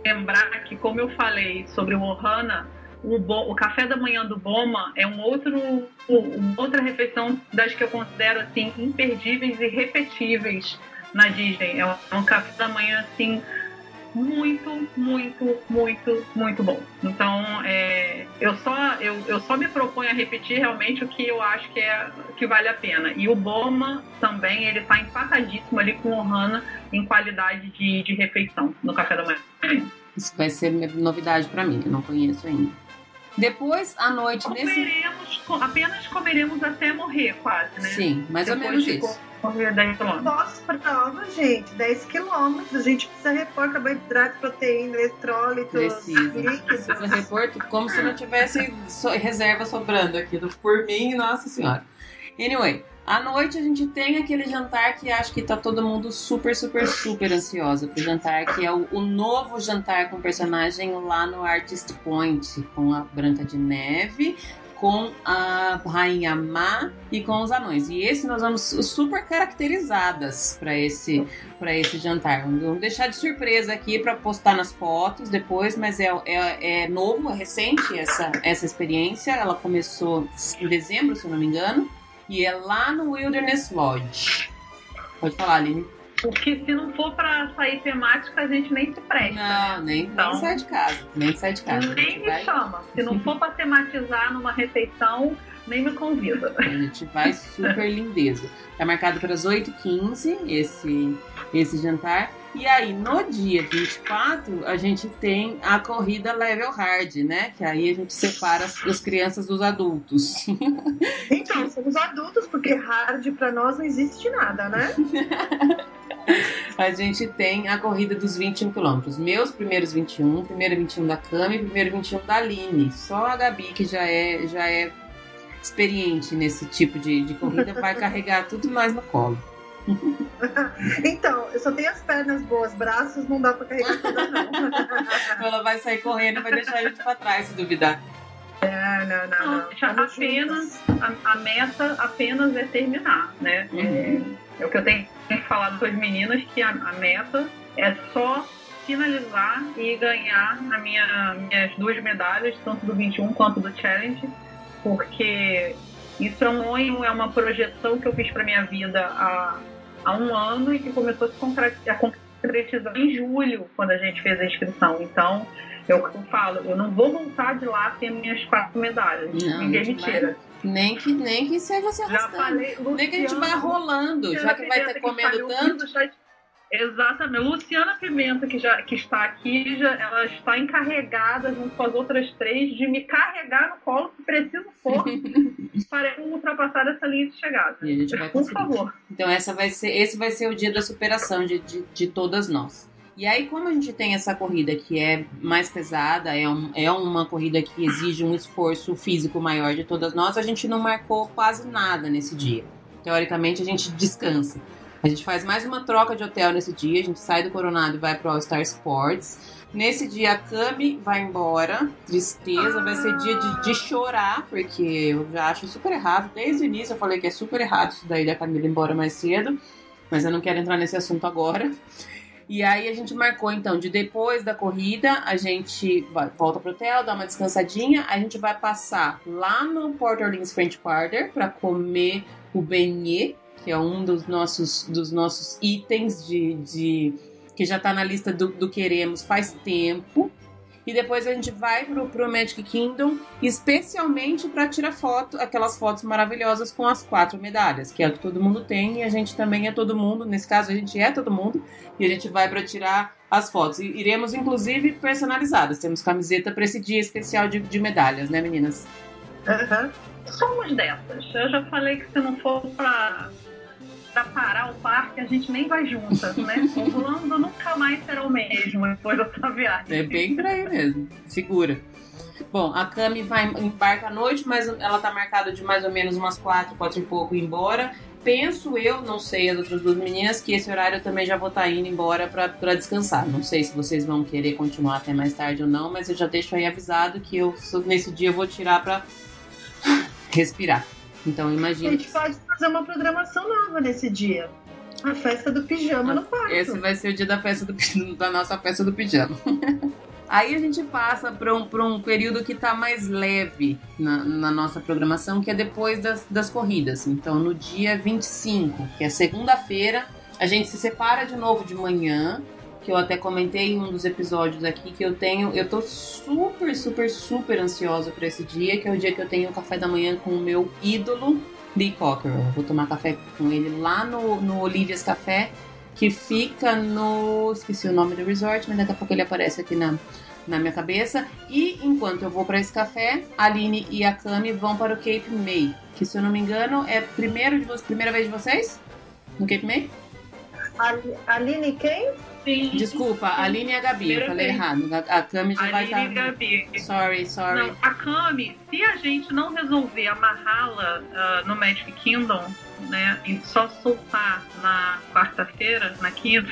lembrar que, como eu falei sobre o Ohana, o café da manhã do Boma é uma outra refeição das que eu considero assim, imperdíveis e repetíveis na Disney. É um café da manhã assim, muito, muito, muito, muito bom. Então, eu só me proponho a repetir realmente o que eu acho que vale a pena. E o Boma também, ele está empatadíssimo ali com o Ohana em qualidade de refeição no café da manhã. Isso vai ser novidade para mim, eu não conheço ainda. Depois, à noite... Apenas comeremos até morrer, quase, né? Sim, mais ou menos isso. Correr 10 km. Pós-prova, gente, 10 km. A gente precisa repor carboidrato, proteína, eletrólitos, líquidos. Precisa repor como se não tivesse reserva sobrando aqui. Por mim, nossa senhora. Anyway, à noite a gente tem aquele jantar que acho que tá todo mundo super, super, super ansiosa pro jantar, que é o novo jantar com personagem lá no Artist Point, com a Branca de Neve, com a Rainha Má e com os anões. E esse nós vamos super caracterizadas para esse jantar. Vamos deixar de surpresa aqui para postar nas fotos depois, mas é novo, é recente essa experiência. Ela começou em dezembro, se eu não me engano, e é lá no Wilderness Lodge. Pode falar, Aline. Porque se não for pra sair temática, a gente nem se presta. Não, né? nem sai de casa. Nem sai de casa. Nem me chama. Se não for pra tematizar numa refeição, nem me convida. A gente vai super lindeza. Tá marcado para as 8h15 esse jantar. E aí, no dia 24, a gente tem a corrida Level Hard, né? Que aí a gente separa as crianças dos adultos. Então, somos adultos, porque hard pra nós não existe nada, né? A gente tem a corrida dos 21 quilômetros. Meus primeiros 21, primeiro 21 da Cami e primeiro 21 da Aline. Só a Gabi, que já é experiente nesse tipo de corrida, vai carregar tudo mais no colo. Então, eu só tenho as pernas boas, braços não dá pra carregar toda, não. Ela vai sair correndo e vai deixar a gente pra trás, se duvidar. Não. A meta apenas é terminar, né? É o que eu tenho falado com as meninas, que a meta é só finalizar e ganhar minhas 2 medalhas, tanto do 21 quanto do Challenge, porque isso é um sonho, é uma projeção que eu fiz para minha vida há 1 ano e que começou a concretizar em julho, quando a gente fez a inscrição. Então, eu falo, eu não vou voltar de lá sem minhas 4 medalhas. Não, ninguém me tira. Nem que seja se arrastando. Nem que a gente vai rolando, já que vai estar comendo tanto. Exatamente. Luciana Pimenta, que está aqui, ela está encarregada, junto com as outras 3, de me carregar no colo, se preciso for, para eu ultrapassar essa linha de chegada. E a gente vai por favor. Então esse vai ser o dia da superação de todas nós. E aí, como a gente tem essa corrida que é mais pesada, é uma corrida que exige um esforço físico maior de todas nós, a gente não marcou quase nada nesse dia. Teoricamente, a gente descansa. A gente faz mais uma troca de hotel nesse dia, a gente sai do Coronado e vai pro All Star Sports. Nesse dia a Cami vai embora, tristeza, vai ser dia de chorar, porque eu já acho super errado. Desde o início eu falei que é super errado isso daí da Camila ir embora mais cedo, mas eu não quero entrar nesse assunto agora. E aí a gente marcou então de depois da corrida, a gente volta pro hotel, dá uma descansadinha, a gente vai passar lá no Port Orleans French Quarter para comer o beignet, que é um dos nossos itens que já tá na lista do Queremos faz tempo. E depois a gente vai pro Magic Kingdom, especialmente para tirar aquelas fotos maravilhosas com as 4 medalhas, que é o que todo mundo tem, e a gente também é todo mundo. Nesse caso, a gente é todo mundo, e a gente vai para tirar as fotos. E iremos, inclusive, personalizadas. Temos camiseta para esse dia especial de medalhas, né, meninas? Somos dessas. Eu já falei que se não for para parar o parque, a gente nem vai juntas, né? Orlando nunca mais será o mesmo depois dessa viagem. É bem por aí mesmo. Segura. Bom, a Cami embarca à noite, mas ela tá marcada de mais ou menos umas 4 e pouco ir embora. Penso eu, não sei as outras 2 meninas, que esse horário eu também já vou estar indo embora pra descansar. Não sei se vocês vão querer continuar até mais tarde ou não, mas eu já deixo aí avisado que nesse dia eu vou tirar pra respirar. Então, imagina. A gente pode fazer uma programação nova nesse dia. A festa do pijama no quarto. Esse vai ser o dia da nossa festa do pijama. Aí a gente passa para um período que está mais leve na nossa programação, que é depois das corridas. Então, no dia 25, que é segunda-feira, a gente se separa de novo de manhã, que eu até comentei em um dos episódios aqui, que eu tô super, super, super ansiosa para esse dia, que é o dia que eu tenho o café da manhã com o meu ídolo, Lee Cockerell. Eu vou tomar café com ele lá no Olivia's Café, que fica no... esqueci o nome do resort, mas daqui a pouco ele aparece aqui na minha cabeça. E enquanto eu vou para esse café, a Aline e a Cami vão para o Cape May, que, se eu não me engano, é primeira vez de vocês no Cape May? A Aline quem? Sim. Desculpa, a Aline e a Gabi, eu falei errado. A Cami já vai estar... Aline e Gabi. Sorry. Não, a Cami, se a gente não resolver amarrá-la no Magic Kingdom, né, e só soltar na quarta-feira, na quinta,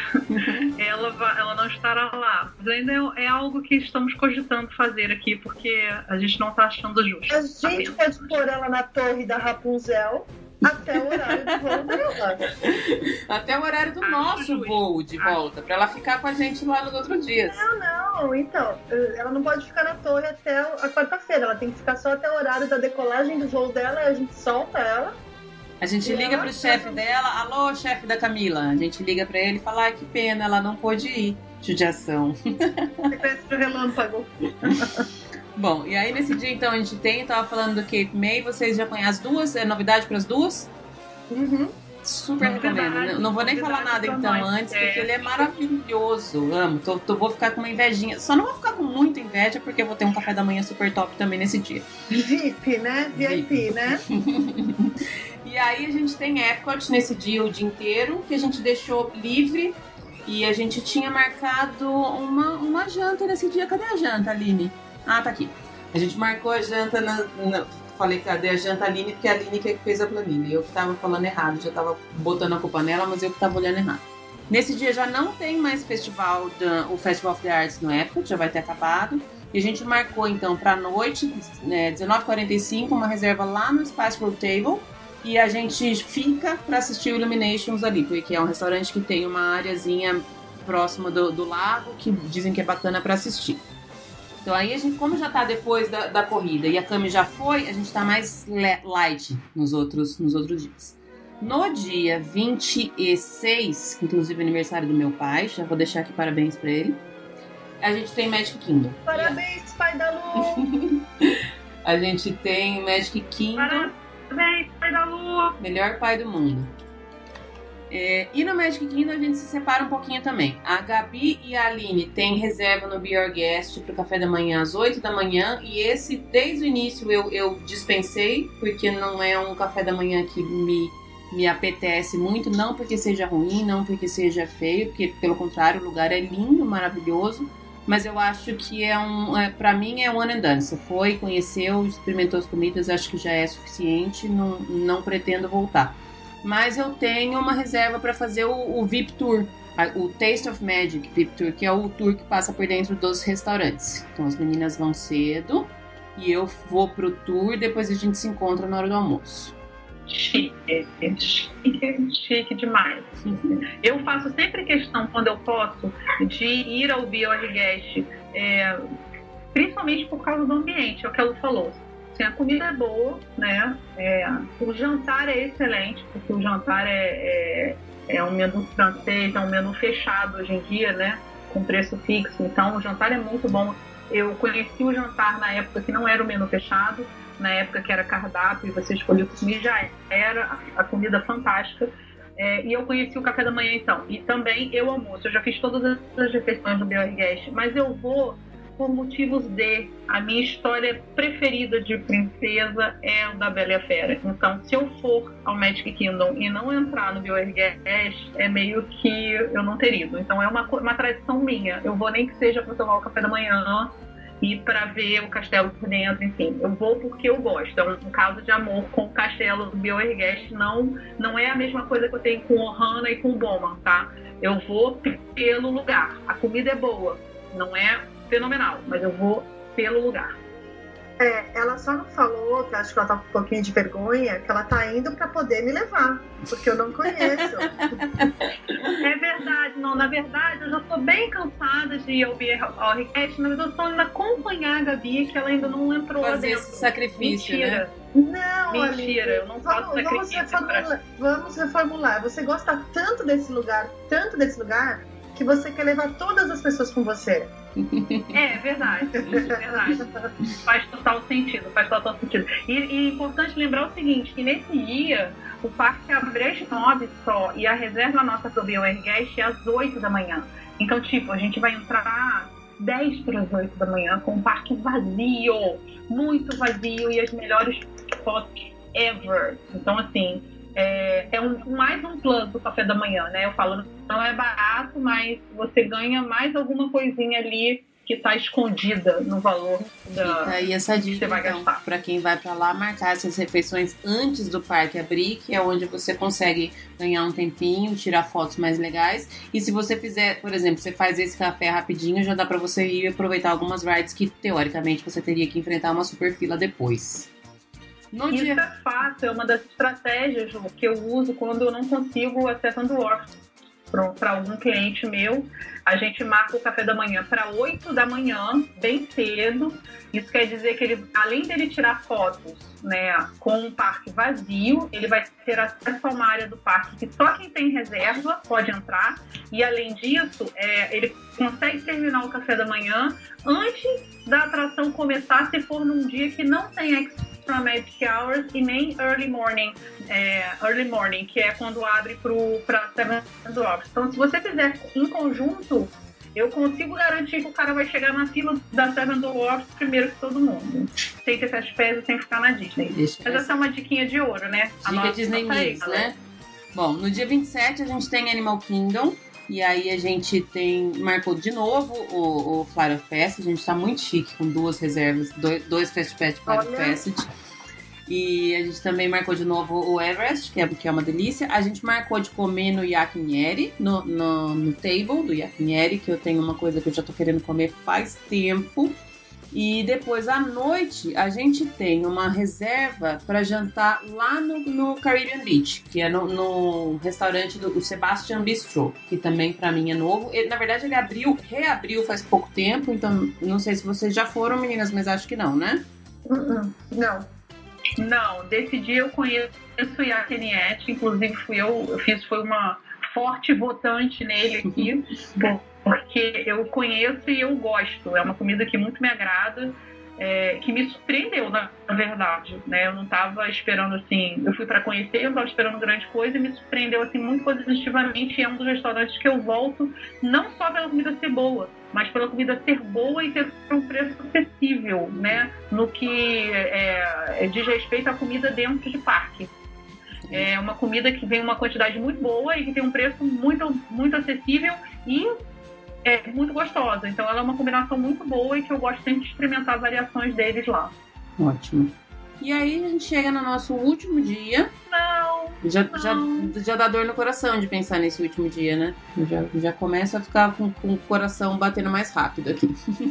ela não estará lá. Mas ainda é algo que estamos cogitando fazer aqui, porque a gente não está achando justo. A gente pode pôr ela na torre da Rapunzel até o horário de voo dela. Até o horário do nosso voo de volta, pra ela ficar com a gente lá nos outros dias. Não. Então, ela não pode ficar na torre até a quarta-feira. Ela tem que ficar só até o horário da decolagem do voo dela. A gente solta ela. A gente liga pro chefe dela. Alô, chefe da Camila. A gente liga pra ele e fala: ai, que pena, ela não pôde ir. Judiação. Sequência do relâmpago. Bom, e aí nesse dia, então, a gente tava falando do Cape May. Vocês já conhecem as duas? É novidade para as duas? Uhum. Super recomendo. Não vou nem falar nada então antes, porque ele é maravilhoso. Amo. Vou ficar com uma invejinha. Só não vou ficar com muita inveja, porque eu vou ter um café da manhã super top também nesse dia. VIP, né? VIP, né? E aí a gente tem Epcot nesse dia, o dia inteiro, que a gente deixou livre. E a gente tinha marcado uma janta nesse dia. Cadê a janta, Aline? Ah, tá aqui. A gente marcou a janta falei, cadê a janta, Aline? Porque a Aline que fez a planilha. Eu que tava falando errado, já tava botando a culpa nela, mas eu que tava olhando errado. Nesse dia já não tem mais o Festival of the Arts no Epcot, já vai ter acabado. E a gente marcou então pra noite, 19h45, uma reserva lá no Spice World Table. E a gente fica pra assistir o Illuminations ali, porque é um restaurante que tem uma areazinha próxima do lago, que dizem que é bacana pra assistir. Então aí a gente, como já tá depois da corrida e a Cami já foi, a gente tá mais light nos outros dias. No dia 26, inclusive aniversário do meu pai, já vou deixar aqui parabéns pra ele, a gente tem Magic Kingdom. Parabéns, pai da Lu! A gente tem Magic Kingdom. Parabéns, pai da Lu! Melhor pai do mundo. E no Magic Kingdom a gente se separa um pouquinho também. A Gabi e a Aline têm reserva no Be Your Guest pro café da manhã às 8 da manhã. E esse, desde o início, eu dispensei, porque não é um café da manhã que me apetece muito. Não porque seja ruim, não porque seja feio, porque pelo contrário, o lugar é lindo, maravilhoso. Mas eu acho que pra mim é one and done. Você foi, conheceu, experimentou as comidas, acho que já é suficiente. Não pretendo voltar. Mas eu tenho uma reserva para fazer o VIP Tour, o Taste of Magic VIP Tour, que é o tour que passa por dentro dos restaurantes. Então as meninas vão cedo e eu vou pro tour e depois a gente se encontra na hora do almoço. Chique demais. Eu faço sempre questão, quando eu posso, de ir ao Be Your Guest, principalmente por causa do ambiente, é o que ela falou. Assim, a comida é boa, né? O jantar é excelente, porque o jantar é um menu francês, é um menu fechado hoje em dia, né? Com preço fixo. Então, o jantar é muito bom. Eu conheci o jantar na época que não era o menu fechado, na época que era cardápio e você escolhia comer, já era a comida fantástica. E eu conheci o café da manhã, então. E também eu almoço. Eu já fiz todas as refeições do Be Your Guest, mas eu vou por motivos a minha história preferida de princesa é o da Bela e a Fera. Então, se eu for ao Magic Kingdom e não entrar no Be Your Guest, é meio que eu não ter ido. Então, é uma tradição minha. Eu vou nem que seja para tomar o café da manhã e para ver o castelo por dentro, enfim. Eu vou porque eu gosto. É um caso de amor com o castelo do Be Your Guest. Não é a mesma coisa que eu tenho com o Ohana e com o Bowman, tá? Eu vou pelo lugar. A comida é boa. Não é fenomenal, mas eu vou pelo lugar. Ela só não falou, que acho que ela tá com um pouquinho de vergonha, que ela tá indo pra poder me levar, porque eu não conheço. É verdade, não, na verdade eu já tô bem cansada de ouvir ao request, mas eu tô indo acompanhar a Gabi, que ela ainda não entrou lá Fazer dentro. esse sacrifício, Mentira. Não, Mentira, amiga, eu não faço sacrifício. Vamos reformular. Você gosta tanto desse lugar, que você quer levar todas as pessoas com você. É verdade. Faz total sentido. E é importante lembrar o seguinte, que nesse dia o parque abre às 9 só e a reserva nossa pro BioRGuest é às 8 da manhã. Então, tipo, a gente vai entrar 10 para as 8 da manhã com o parque vazio, muito vazio e as melhores fotos ever. Então, assim, mais um plus do café da manhã, né? Eu falo, não é barato, mas você ganha mais alguma coisinha ali que está escondida no valor Fica aí essa dica, que você vai gastar. Para quem vai para lá, marcar essas refeições antes do parque abrir, que é onde você consegue ganhar um tempinho, tirar fotos mais legais. E se você fizer, por exemplo, você faz esse café rapidinho, já dá para você ir aproveitar algumas rides que, teoricamente, você teria que enfrentar uma super fila depois. Isso é fácil, é uma das estratégias, Ju, que eu uso quando eu não consigo a Second Work para algum cliente meu. A gente marca o café da manhã para 8 da manhã, bem cedo. Isso quer dizer que ele, além dele tirar fotos, né, com o parque vazio, ele vai ter acesso a uma área do parque que só quem tem reserva pode entrar. E além disso, ele consegue terminar o café da manhã antes da atração começar, se for num dia que não tem Extra Magic Hours e nem Early Morning, que é quando abre para Seven Dwarfs. Então, se você fizer em conjunto, eu consigo garantir que o cara vai chegar na fila da Seven Dwarfs primeiro que todo mundo. Sem ter essas peças, sem ficar na Disney. Mas essa é uma diquinha de ouro, né? Dica Disney Mix, né? Bom, no dia 27 a gente tem Animal Kingdom. E aí a gente marcou de novo o Flight of Passage. A gente tá muito chique com duas reservas, dois Fast Pass Flight of Passage. E a gente também marcou de novo o Everest, que é uma delícia. A gente marcou de comer no Yakinieri, no table do Yakinieri, que eu tenho uma coisa que eu já tô querendo comer faz tempo. E depois, à noite, a gente tem uma reserva para jantar lá no Caribbean Beach, que é no restaurante do Sebastian Bistro, que também para mim é novo. Na verdade, ele reabriu faz pouco tempo, então não sei se vocês já foram, meninas, mas acho que não, né? Não, desse dia eu conheço o Yakinieri, inclusive foi uma forte votante nele aqui, porque eu conheço e eu gosto. É uma comida que muito me agrada, que me surpreendeu, na verdade, né? Eu não estava esperando, assim, eu fui para conhecer, eu não estava esperando grande coisa e me surpreendeu, assim, muito positivamente. É um dos restaurantes que eu volto, não só pela comida ser boa, mas pela comida ser boa e ter um preço acessível, né? No que diz respeito à comida dentro de parque. É uma comida que vem uma quantidade muito boa e que tem um preço muito, muito acessível e é muito gostosa. Então ela é uma combinação muito boa e que eu gosto sempre de experimentar variações deles lá. Ótimo. E aí a gente chega no nosso último dia. Já dá dor no coração de pensar nesse último dia, né? Já começa a ficar com o coração batendo mais rápido aqui.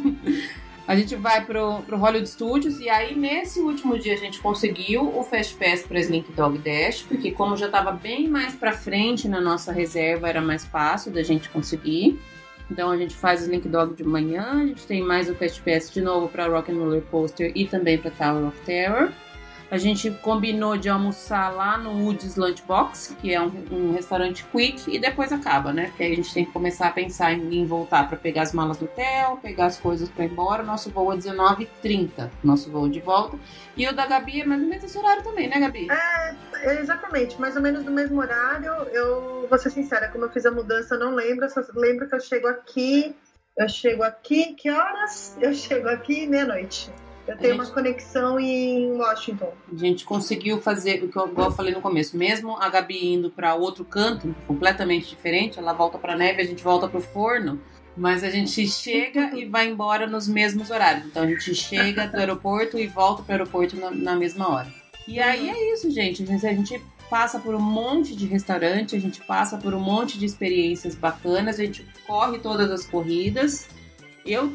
A gente vai pro Hollywood Studios e aí nesse último dia a gente conseguiu o Fast Pass para Slink Dog Dash, porque como já estava bem mais para frente na nossa reserva, era mais fácil da gente conseguir. Então a gente faz o Slink Dog de manhã, a gente tem mais o Fast Pass de novo para Rock and Roller Coaster e também para Tower of Terror. A gente combinou de almoçar lá no Woody's Lunchbox, que é um restaurante quick, e depois acaba, né? Porque aí a gente tem que começar a pensar em voltar para pegar as malas do hotel, pegar as coisas para ir embora. Nosso voo é 19h30, nosso voo de volta. E o da Gabi é mais ou menos esse horário também, né, Gabi? Exatamente, mais ou menos no mesmo horário. Eu vou ser sincera, como eu fiz a mudança, eu não lembro. Só lembro que eu chego aqui, que horas? Eu chego aqui meia-noite. Eu tenho uma conexão em Washington. A gente conseguiu fazer o que eu falei no começo. Mesmo a Gabi indo para outro canto, completamente diferente, ela volta para neve, a gente volta para o forno, mas a gente chega e vai embora nos mesmos horários. Então a gente chega do aeroporto e volta para o aeroporto na mesma hora. E aí é isso, gente. A gente passa por um monte de restaurante, a gente passa por um monte de experiências bacanas, a gente corre todas as corridas. Eu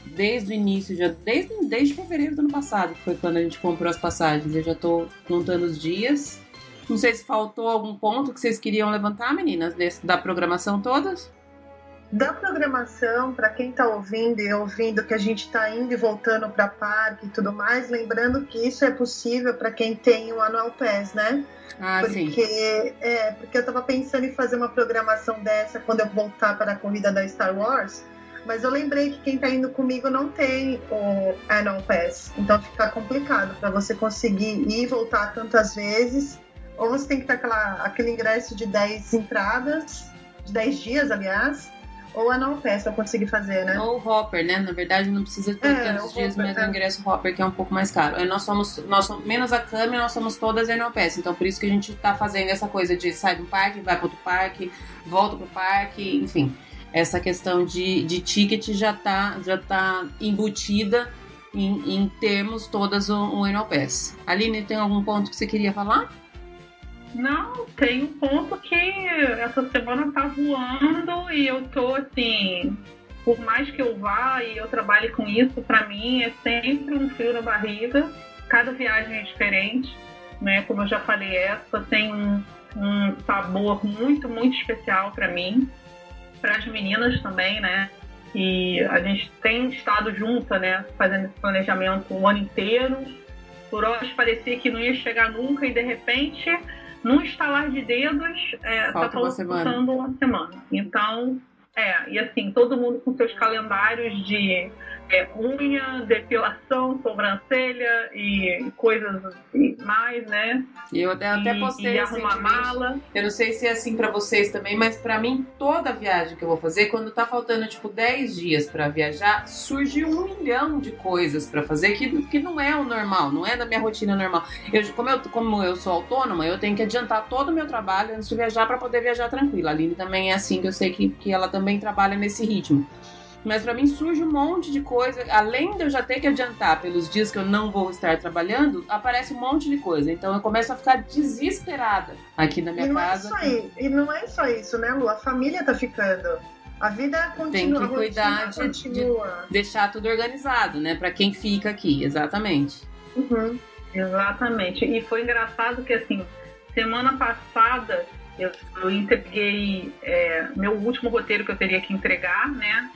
desde o início, desde fevereiro do ano passado, que foi quando a gente comprou as passagens. Eu já tô contando os dias. Não sei se faltou algum ponto que vocês queriam levantar, meninas, da programação todas? Da programação, para quem está ouvindo e ouvindo que a gente está indo e voltando para parque e tudo mais, lembrando que isso é possível para quem tem o Annual Pass, né? Sim. Porque eu estava pensando em fazer uma programação dessa quando eu voltar para a corrida da Star Wars, mas eu lembrei que quem está indo comigo não tem o Annual Pass, então fica complicado para você conseguir ir e voltar tantas vezes, ou você tem que ter aquele ingresso de 10 entradas, de 10 dias, aliás, ou a não peça eu consegui fazer, né? Ou o Hopper, né? Na verdade, não precisa ter tantos dias, Hopper, mas o ingresso Hopper, que é um pouco mais caro. Nós somos menos a Cami, nós somos todas Annual Pass. Então, por isso que a gente tá fazendo essa coisa de sai do parque, vai para outro parque, volta pro parque, enfim. Essa questão de ticket já tá embutida em termos todas o Annual Pass. Aline, tem algum ponto que você queria falar? Não, tem um ponto que essa semana tá voando e eu tô assim, por mais que eu vá e eu trabalhe com isso, pra mim é sempre um frio na barriga. Cada viagem é diferente, né? Como eu já falei, essa tem um sabor muito, muito especial pra mim, para as meninas também, né? E a gente tem estado junta, né? Fazendo esse planejamento o ano inteiro. Por horas parecia que não ia chegar nunca e de repente, num estalar de dedos, tá faltando uma semana. Então, e assim, todo mundo com seus calendários de unha, depilação, sobrancelha e coisas mais, né? Eu até postei e arrumar mala. Eu não sei se é assim pra vocês também, mas pra mim, toda viagem que eu vou fazer, quando tá faltando tipo 10 dias pra viajar, surge 1 milhão de coisas pra fazer que não é o normal, não é da minha rotina normal. Como eu sou autônoma, eu tenho que adiantar todo o meu trabalho antes de viajar pra poder viajar tranquila. A Aline também é assim, que eu sei que ela também trabalha nesse ritmo. Mas pra mim surge um monte de coisa. Além de eu já ter que adiantar pelos dias que eu não vou estar trabalhando, aparece um monte de coisa. Então eu começo a ficar desesperada aqui na minha casa. E não é só isso, né, Lu? A família tá ficando. A vida continua. Tem que cuidar de deixar tudo organizado, né? Pra quem fica aqui, exatamente. Uhum. Exatamente. E foi engraçado que, assim, semana passada eu entreguei meu último roteiro que eu teria que entregar, né?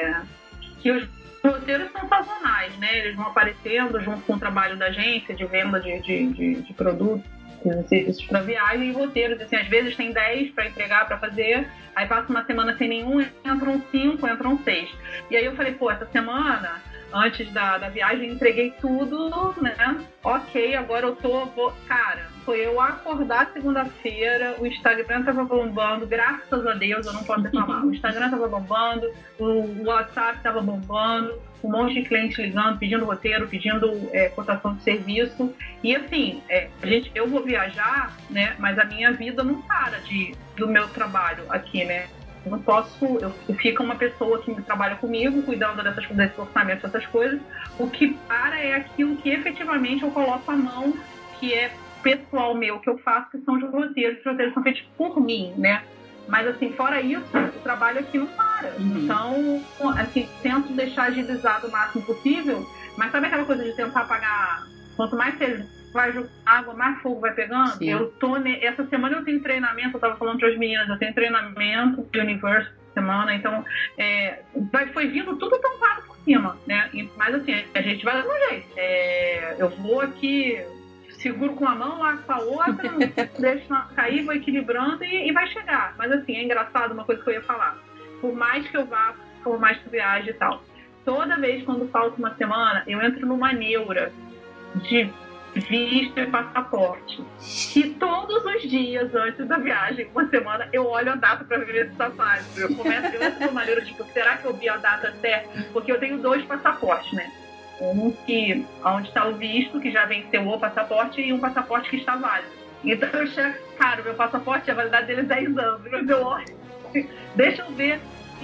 Que os roteiros são sazonais, né? Eles vão aparecendo junto com o trabalho da agência de venda de produtos, serviços para viagem e roteiros. Assim, às vezes tem 10 para entregar, para fazer, aí passa uma semana sem nenhum, entram 5, entram 6. E aí eu falei, essa semana, antes da viagem, entreguei tudo, né? Ok, agora eu cara, foi eu acordar segunda-feira, o Instagram tava bombando, graças a Deus, eu não posso reclamar. O Instagram tava bombando, o WhatsApp tava bombando, um monte de cliente ligando, pedindo roteiro, pedindo cotação de serviço. E assim, eu vou viajar, né? Mas a minha vida não para do meu trabalho aqui, né? Eu não posso, fica uma pessoa que trabalha comigo, cuidando dessas coisas, desse orçamento, dessas coisas. O que para é aquilo que efetivamente eu coloco a mão, que é pessoal meu, que eu faço, que são os roteiros. Os roteiros são feitos por mim, né? Mas, assim, fora isso, o trabalho aqui não para. Uhum. Então, assim, tento deixar agilizado o máximo possível, mas sabe aquela coisa de tentar pagar, quanto mais você vai jogar água, mais fogo vai pegando? Sim. Essa semana eu tenho treinamento, eu tava falando para as meninas, eu tenho treinamento de Universo semana, então foi vindo tudo tampado por cima, né? Mas assim, a gente vai dar um jeito. Eu vou aqui, seguro com uma mão, lá com a outra, deixo cair, vou equilibrando e vai chegar. Mas assim, é engraçado uma coisa que eu ia falar. Por mais que eu vá, por mais que eu viaje e tal, toda vez quando falta uma semana, eu entro numa neura de visto e passaporte. E todos os dias antes da viagem, uma semana, eu olho a data para ver se tá fácil. Eu começo a ver maneira, tipo, será que eu vi a data certa? Porque eu tenho 2 passaportes, né? Um que, onde está o visto, que já venceu o passaporte, e um passaporte que está válido. Então eu chego, cara, o meu passaporte, a validade dele é 10 anos. Mas eu olho, deixa eu ver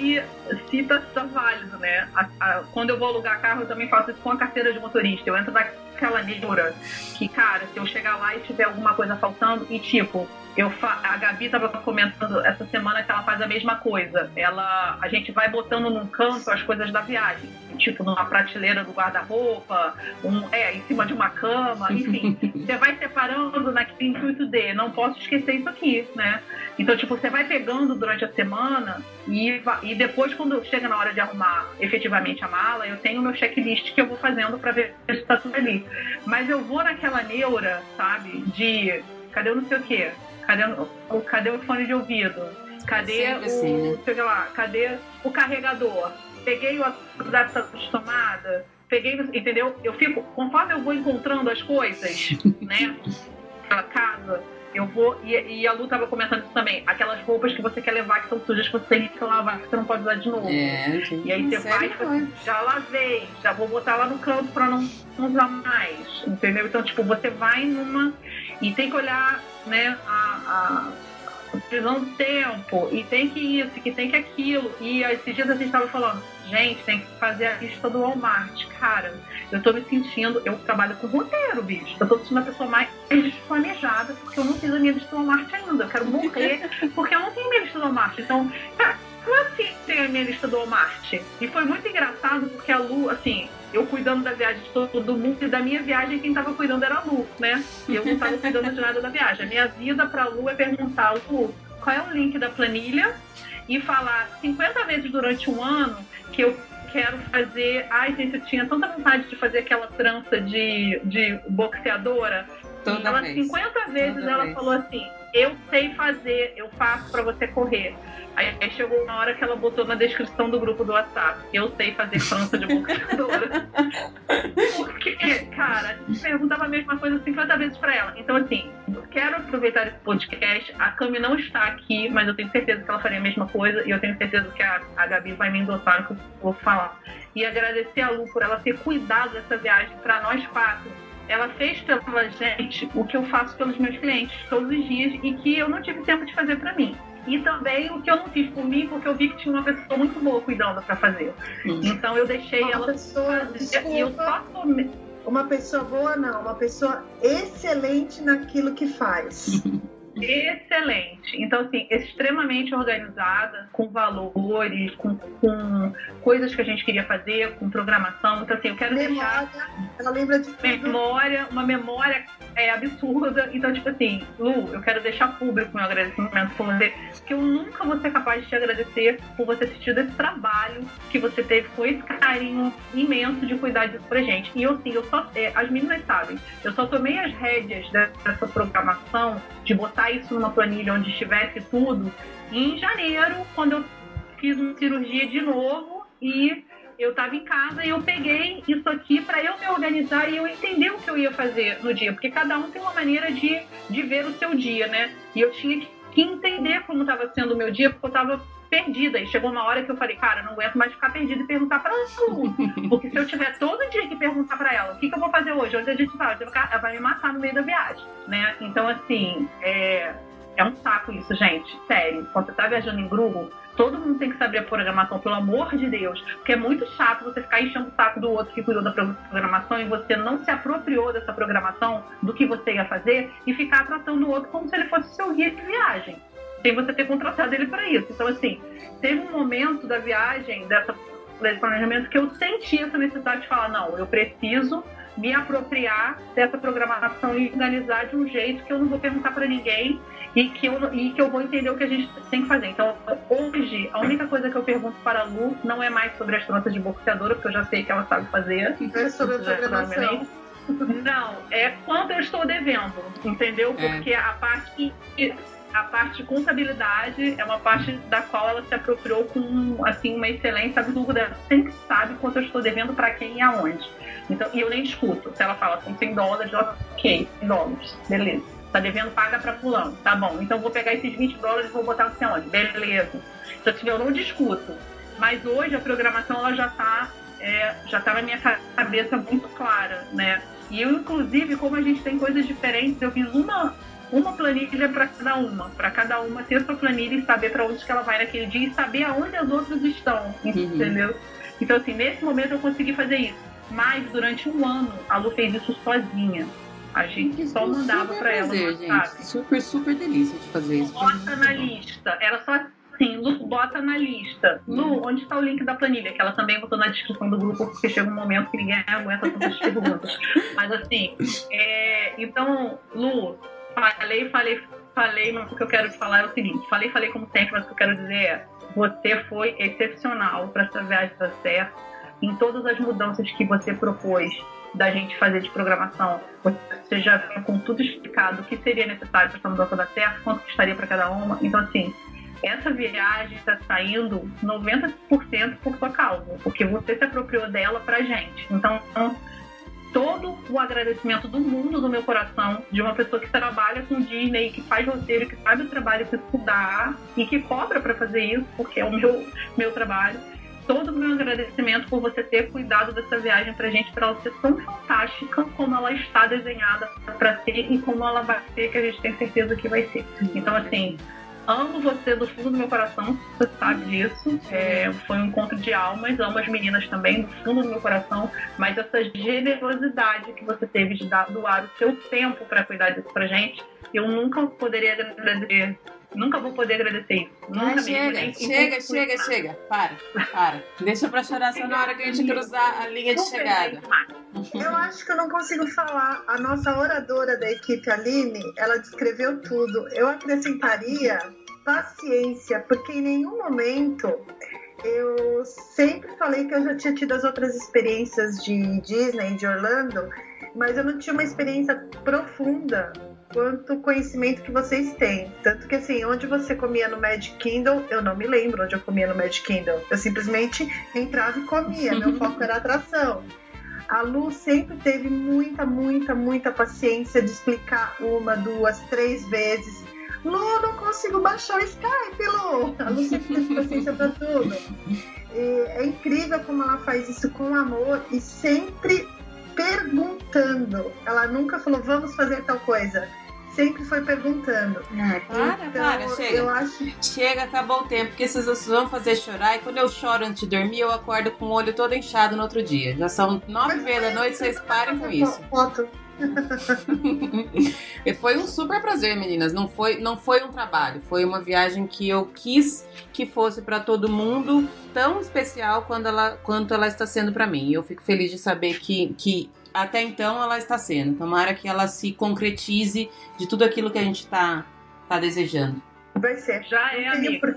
se tá válido, né? Quando eu vou alugar carro, eu também faço isso com a carteira de motorista. Eu entro naquela neura que, cara, se eu chegar lá e tiver alguma coisa faltando, e tipo, A Gabi estava comentando essa semana que ela faz a mesma coisa. A gente vai botando num canto as coisas da viagem, tipo numa prateleira do guarda-roupa, em cima de uma cama, enfim. Você vai separando naquele intuito de não posso esquecer isso aqui, né? Então, tipo, você vai pegando durante a semana e depois, quando chega na hora de arrumar efetivamente a mala, eu tenho o meu checklist que eu vou fazendo para ver se está tudo ali. Mas eu vou naquela neura, sabe, de cadê o não sei o quê? Cadê o fone de ouvido? Cadê sei lá, cadê o carregador? Peguei o WhatsApp da tomada, entendeu? Eu fico, conforme eu vou encontrando as coisas, né, pela casa, eu vou, e a Lu tava comentando isso também, aquelas roupas que você quer levar que são sujas, que você tem que lavar, que você não pode usar de novo. E aí você vai, já lavei, já vou botar lá no canto pra não usar mais, entendeu? Então, tipo, você vai e tem que olhar, né, a precisão do tempo, e tem que isso, que tem que aquilo. E esses dias a gente tava falando, gente, tem que fazer a lista do Walmart. Cara, eu tô me sentindo, eu trabalho com roteiro, bicho. Eu tô me sentindo a pessoa mais planejada, porque eu não fiz a minha lista do Walmart ainda. Eu quero morrer, porque eu não tenho minha lista do Walmart. Então, como assim tem a minha lista do Walmart? E foi muito engraçado, porque a Lu, assim, eu cuidando da viagem de todo mundo, e da minha viagem quem tava cuidando era a Lu, né? E eu não tava cuidando de nada da viagem. A minha vida pra Lu é perguntar, Lu, qual é o link da planilha? E falar 50 vezes durante um ano que eu quero fazer... Ai, gente, eu tinha tanta vontade de fazer aquela trança de boxeadora. Toda ela, vez. 50 vezes toda ela vez. Falou assim, eu sei fazer, eu faço pra você correr. Aí chegou uma hora que ela botou na descrição do grupo do WhatsApp, eu sei fazer trança de boxeadora. Porque, cara, a gente perguntava a mesma coisa 50 vezes pra ela. Então, assim, quero aproveitar esse podcast. A Cami não está aqui, mas eu tenho certeza que ela faria a mesma coisa, e eu tenho certeza que a Gabi vai me endossar no que eu vou falar. E agradecer a Lu por ela ter cuidado dessa viagem pra nós 4. Ela fez pela gente o que eu faço pelos meus clientes todos os dias e que eu não tive tempo de fazer pra mim. E também o que eu não fiz por mim, porque eu vi que tinha uma pessoa muito boa cuidando pra fazer. Então eu deixei ela fazer. Desculpa, e eu só tomei. Uma pessoa boa não, uma pessoa excelente naquilo que faz. Excelente. Então, assim, extremamente organizada, com valores, com coisas que a gente queria fazer, com programação. Então, assim, eu quero deixar... Ela lembra de tudo. Uma memória absurda. Então, tipo assim, Lu, eu quero deixar público meu agradecimento por você, que eu nunca vou ser capaz de te agradecer por você ter tido esse trabalho que você teve com esse carinho imenso de cuidar disso pra gente. E eu, assim, as meninas sabem, eu só tomei as rédeas dessa programação, de botar isso numa planilha onde estivesse tudo, em janeiro, quando eu fiz uma cirurgia de novo e eu estava em casa e eu peguei isso aqui para eu me organizar e eu entender o que eu ia fazer no dia, porque cada um tem uma maneira de ver o seu dia, né? E eu tinha que entender como estava sendo o meu dia, porque eu estava perdida. E chegou uma hora que eu falei, cara, não aguento mais ficar perdida e perguntar pra ela. Porque se eu tiver todo dia que perguntar pra ela, o que eu vou fazer hoje? Onde a gente vai? Ela vai me matar no meio da viagem, né? Então, assim, é um saco isso, gente. Sério. Quando você tá viajando em grupo, todo mundo tem que saber a programação, pelo amor de Deus. Porque é muito chato você ficar enchendo o saco do outro que cuidou da programação e você não se apropriou dessa programação, do que você ia fazer, e ficar tratando o outro como se ele fosse o seu guia de viagem, sem você ter contratado ele para isso. Então, assim, teve um momento da viagem, desse planejamento, que eu senti essa necessidade de falar, não, eu preciso me apropriar dessa programação e organizar de um jeito que eu não vou perguntar para ninguém e que eu vou entender o que a gente tem que fazer. Então, hoje, a única coisa que eu pergunto para a Lu não é mais sobre as tranças de boxeadora, porque eu já sei que ela sabe fazer. É sobre a programação. Não, é quanto eu estou devendo, entendeu? Porque a parte de contabilidade é uma parte da qual ela se apropriou com, assim, uma excelência absurda. Ela sempre sabe quanto eu estou devendo para quem e aonde. Então, e eu nem discuto. Se ela fala, são $100, ok, $100, beleza. Tá devendo, paga para fulano. Tá bom, então vou pegar esses $20 e vou botar no sei onde. Beleza. Então, assim, eu não discuto. Mas hoje a programação ela já tá na minha cabeça muito clara, né? E eu, inclusive, como a gente tem coisas diferentes, eu fiz uma planilha para cada uma ter sua planilha e saber para onde que ela vai naquele dia e saber aonde as outras estão, entendeu? Então, assim, nesse momento eu consegui fazer isso. Mas durante um ano a Lu fez isso sozinha. A gente só mandava pra ela. Gente. Super, super delícia de fazer isso. Bota na lista. Era só assim, Lu, bota na lista. Lu, onde está o link da planilha? Que ela também botou na descrição do grupo, porque chega um momento que ninguém aguenta tantas perguntas. Mas assim, então, Lu, falei, mas o que eu quero te falar é o seguinte. Falei como sempre, mas o que eu quero dizer é: você foi excepcional para essa viagem dar certo. Em todas as mudanças que você propôs da gente fazer de programação, você já veio com tudo explicado o que seria necessário para essa mudança dar certo, quanto custaria para cada uma. Então, assim, essa viagem está saindo 90% por sua causa, porque você se apropriou dela pra gente. Então, todo o agradecimento do mundo do meu coração, de uma pessoa que trabalha com Disney, que faz roteiro, que sabe o trabalho que isso dá e que cobra para fazer isso, porque é o meu trabalho. Todo o meu agradecimento por você ter cuidado dessa viagem pra gente, pra ela ser tão fantástica como ela está desenhada pra ser e como ela vai ser, que a gente tem certeza que vai ser. Então, assim, amo você do fundo do meu coração, você sabe disso. Foi um encontro de almas, amo as meninas também, do fundo do meu coração, mas essa generosidade que você teve de doar o seu tempo pra cuidar disso pra gente, eu nunca poderia agradecer. Nunca vou poder agradecer isso. Nunca Chega. Para. Deixa pra chorar só na hora que a gente cruzar a linha de chegada. Eu acho que eu não consigo falar. A nossa oradora da equipe, Aline, ela descreveu tudo. Eu acrescentaria paciência, porque em nenhum momento eu sempre falei que eu já tinha tido as outras experiências de Disney, de Orlando, mas eu não tinha uma experiência profunda quanto conhecimento que vocês têm. Tanto que, assim, onde você comia no Magic Kingdom, eu não me lembro onde eu comia no Magic Kingdom. Eu simplesmente entrava e comia. Meu foco era atração. A Lu sempre teve muita paciência de explicar 1, 2, 3 vezes. Lu, não consigo baixar o Skype, Lu. A Lu sempre teve paciência pra tudo. E é incrível como ela faz isso com amor e sempre perguntando. Ela nunca falou, vamos fazer tal coisa. Sempre foi perguntando. Chega. Eu acho... Chega, acabou o tempo, porque vocês vão fazer chorar. E quando eu choro antes de dormir, eu acordo com o olho todo inchado no outro dia. Já são 9h30 da noite, vocês parem com isso. Foi um super prazer, meninas. Não foi um trabalho. Foi uma viagem que eu quis que fosse pra todo mundo, tão especial quanto ela está sendo pra mim. Eu fico feliz de saber que até então ela está sendo. Tomara que ela se concretize de tudo aquilo que a gente tá desejando. Vai ser. Já é, amiga.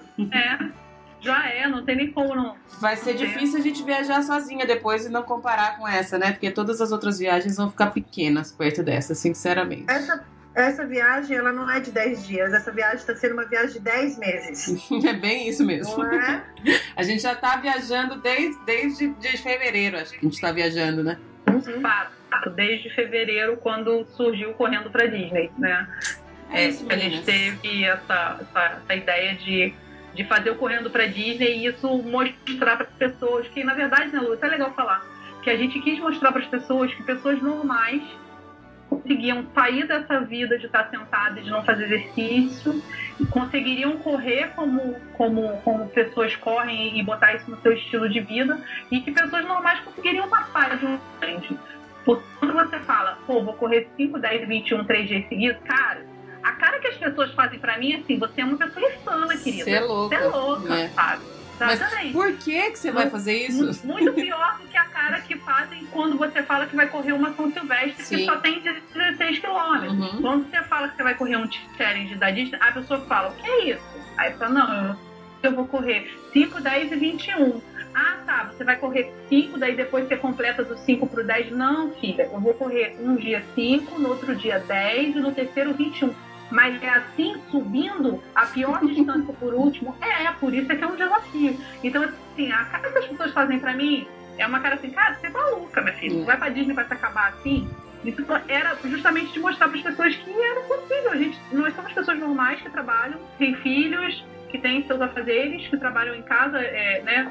Não tem nem como não. Vai ser difícil a gente viajar sozinha depois e não comparar com essa, né? Porque todas as outras viagens vão ficar pequenas perto dessa, sinceramente. Essa viagem, ela não é de 10 dias. Essa viagem está sendo uma viagem de 10 meses. É bem isso mesmo. Não é? A gente já tá viajando desde fevereiro, acho que a gente tá viajando, né? Fato, desde fevereiro, quando surgiu Correndo pra Disney, né? A gente teve essa ideia de fazer o Correndo pra Disney e isso mostrar para as pessoas que, na verdade, né, Lu, isso é legal falar, que a gente quis mostrar para as pessoas que pessoas normais conseguiam sair dessa vida de estar sentada e de não fazer exercício, e conseguiriam correr como pessoas correm e botar isso no seu estilo de vida, e que pessoas normais conseguiriam passar de um frente. Quando você fala, vou correr 5, 10, 21, 3 dias seguidos, cara, a cara que as pessoas fazem pra mim é assim, você é uma pessoa insana, querida. Você é louca, né? Sabe? Mas por que você vai fazer isso? Muito pior do que a cara que fazem quando você fala que vai correr uma São Silvestre, que só tem 16 quilômetros. Quando você fala que você vai correr um challenge da Disney, a pessoa fala, o que é isso? Aí você fala, não, eu vou correr 5, 10 e 21. Ah, tá, você vai correr 5, daí depois você completa do 5 pro 10. Não, filha, eu vou correr um dia 5, no outro dia 10 e no terceiro 21. Mas é assim, subindo a pior distância por último. Por isso é que é um desafio. Então, assim, a cara que as pessoas fazem pra mim é uma cara assim, cara, você é maluca, minha filha. Vai pra Disney, vai se acabar assim. Isso era justamente de mostrar para as pessoas que era possível. Nós somos pessoas normais que trabalham, têm filhos, que têm seus afazeres, que trabalham em casa, né?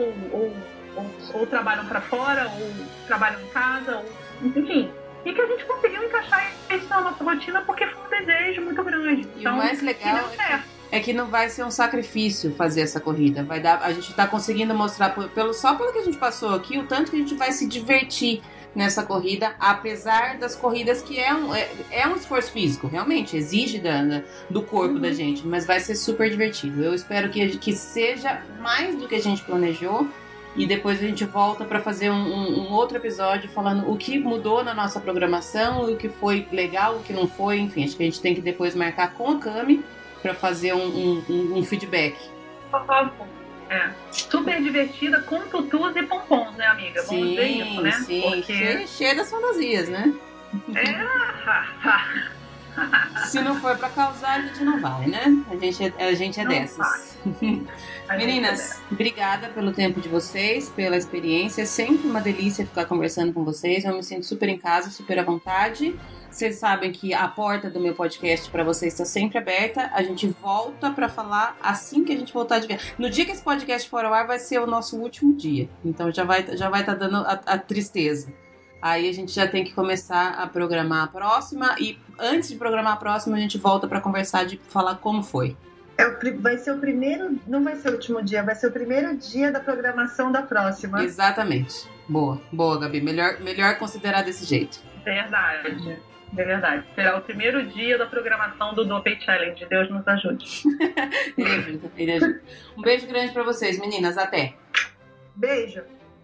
Ou trabalham para fora, ou trabalham em casa, enfim. E que a gente conseguiu encaixar isso na nossa rotina porque foi um desejo muito grande. E então, o mais legal é que não vai ser um sacrifício fazer essa corrida. A gente tá conseguindo mostrar, só pelo que a gente passou aqui, o tanto que a gente vai se divertir nessa corrida, apesar das corridas que é um esforço físico, realmente, exige do corpo da gente, mas vai ser super divertido. Eu espero que seja mais do que a gente planejou, e depois a gente volta para fazer um outro episódio falando o que mudou na nossa programação, o que foi legal, o que não foi, enfim, acho que a gente tem que depois marcar com a Cami para fazer um feedback. Super divertida, com tutus e pompons, né, amiga? Vamos dizer isso, né? Sim, porque... cheia das fantasias, né? Se não for pra causar, a gente não vai, né? A gente é não dessas. Meninas, obrigada pelo tempo de vocês, pela experiência. É sempre uma delícia ficar conversando com vocês. Eu me sinto super em casa, super à vontade. Vocês sabem que a porta do meu podcast para vocês está sempre aberta. A gente volta para falar assim que a gente voltar de viagem. No dia que esse podcast for ao ar, vai ser o nosso último dia. Então já vai tá dando a tristeza. Aí a gente já tem que começar a programar a próxima. E antes de programar a próxima, a gente volta para conversar, de falar como foi. Vai ser o primeiro, não vai ser o último dia, vai ser o primeiro dia da programação da próxima. Exatamente. Boa, Gabi. Melhor considerar desse jeito. Verdade. Será o primeiro dia da programação do No Pay Challenge. Deus nos ajude. Ele ajuda. Um beijo grande pra vocês, meninas. Até. Beijo.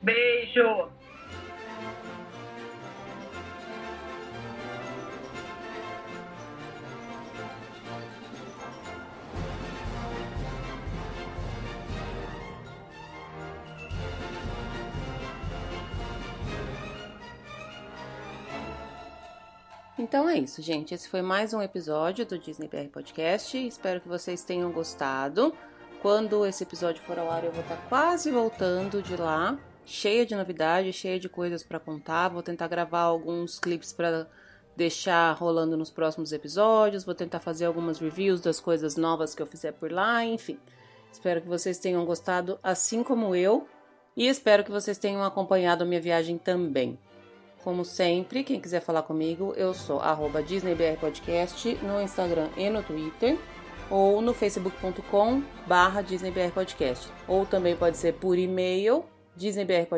Então é isso, gente. Esse foi mais um episódio do Disney BR Podcast. Espero que vocês tenham gostado. Quando esse episódio for ao ar, eu vou estar quase voltando de lá, cheia de novidades, cheia de coisas para contar. Vou tentar gravar alguns clipes para deixar rolando nos próximos episódios. Vou tentar fazer algumas reviews das coisas novas que eu fizer por lá, enfim. Espero que vocês tenham gostado, assim como eu. E espero que vocês tenham acompanhado a minha viagem também. Como sempre, quem quiser falar comigo, eu sou @DisneyBRPodcast no Instagram e no Twitter, ou no facebook.com/DisneyBRPodcast. Ou também pode ser por e-mail,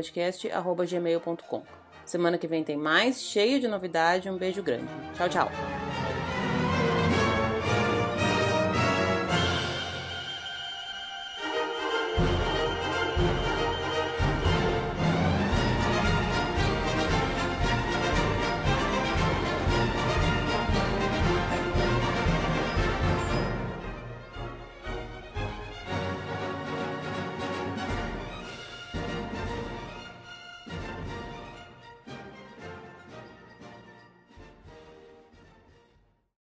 disneybrpodcast@gmail.com. Semana que vem tem mais, cheio de novidade. Um beijo grande. Tchau, tchau.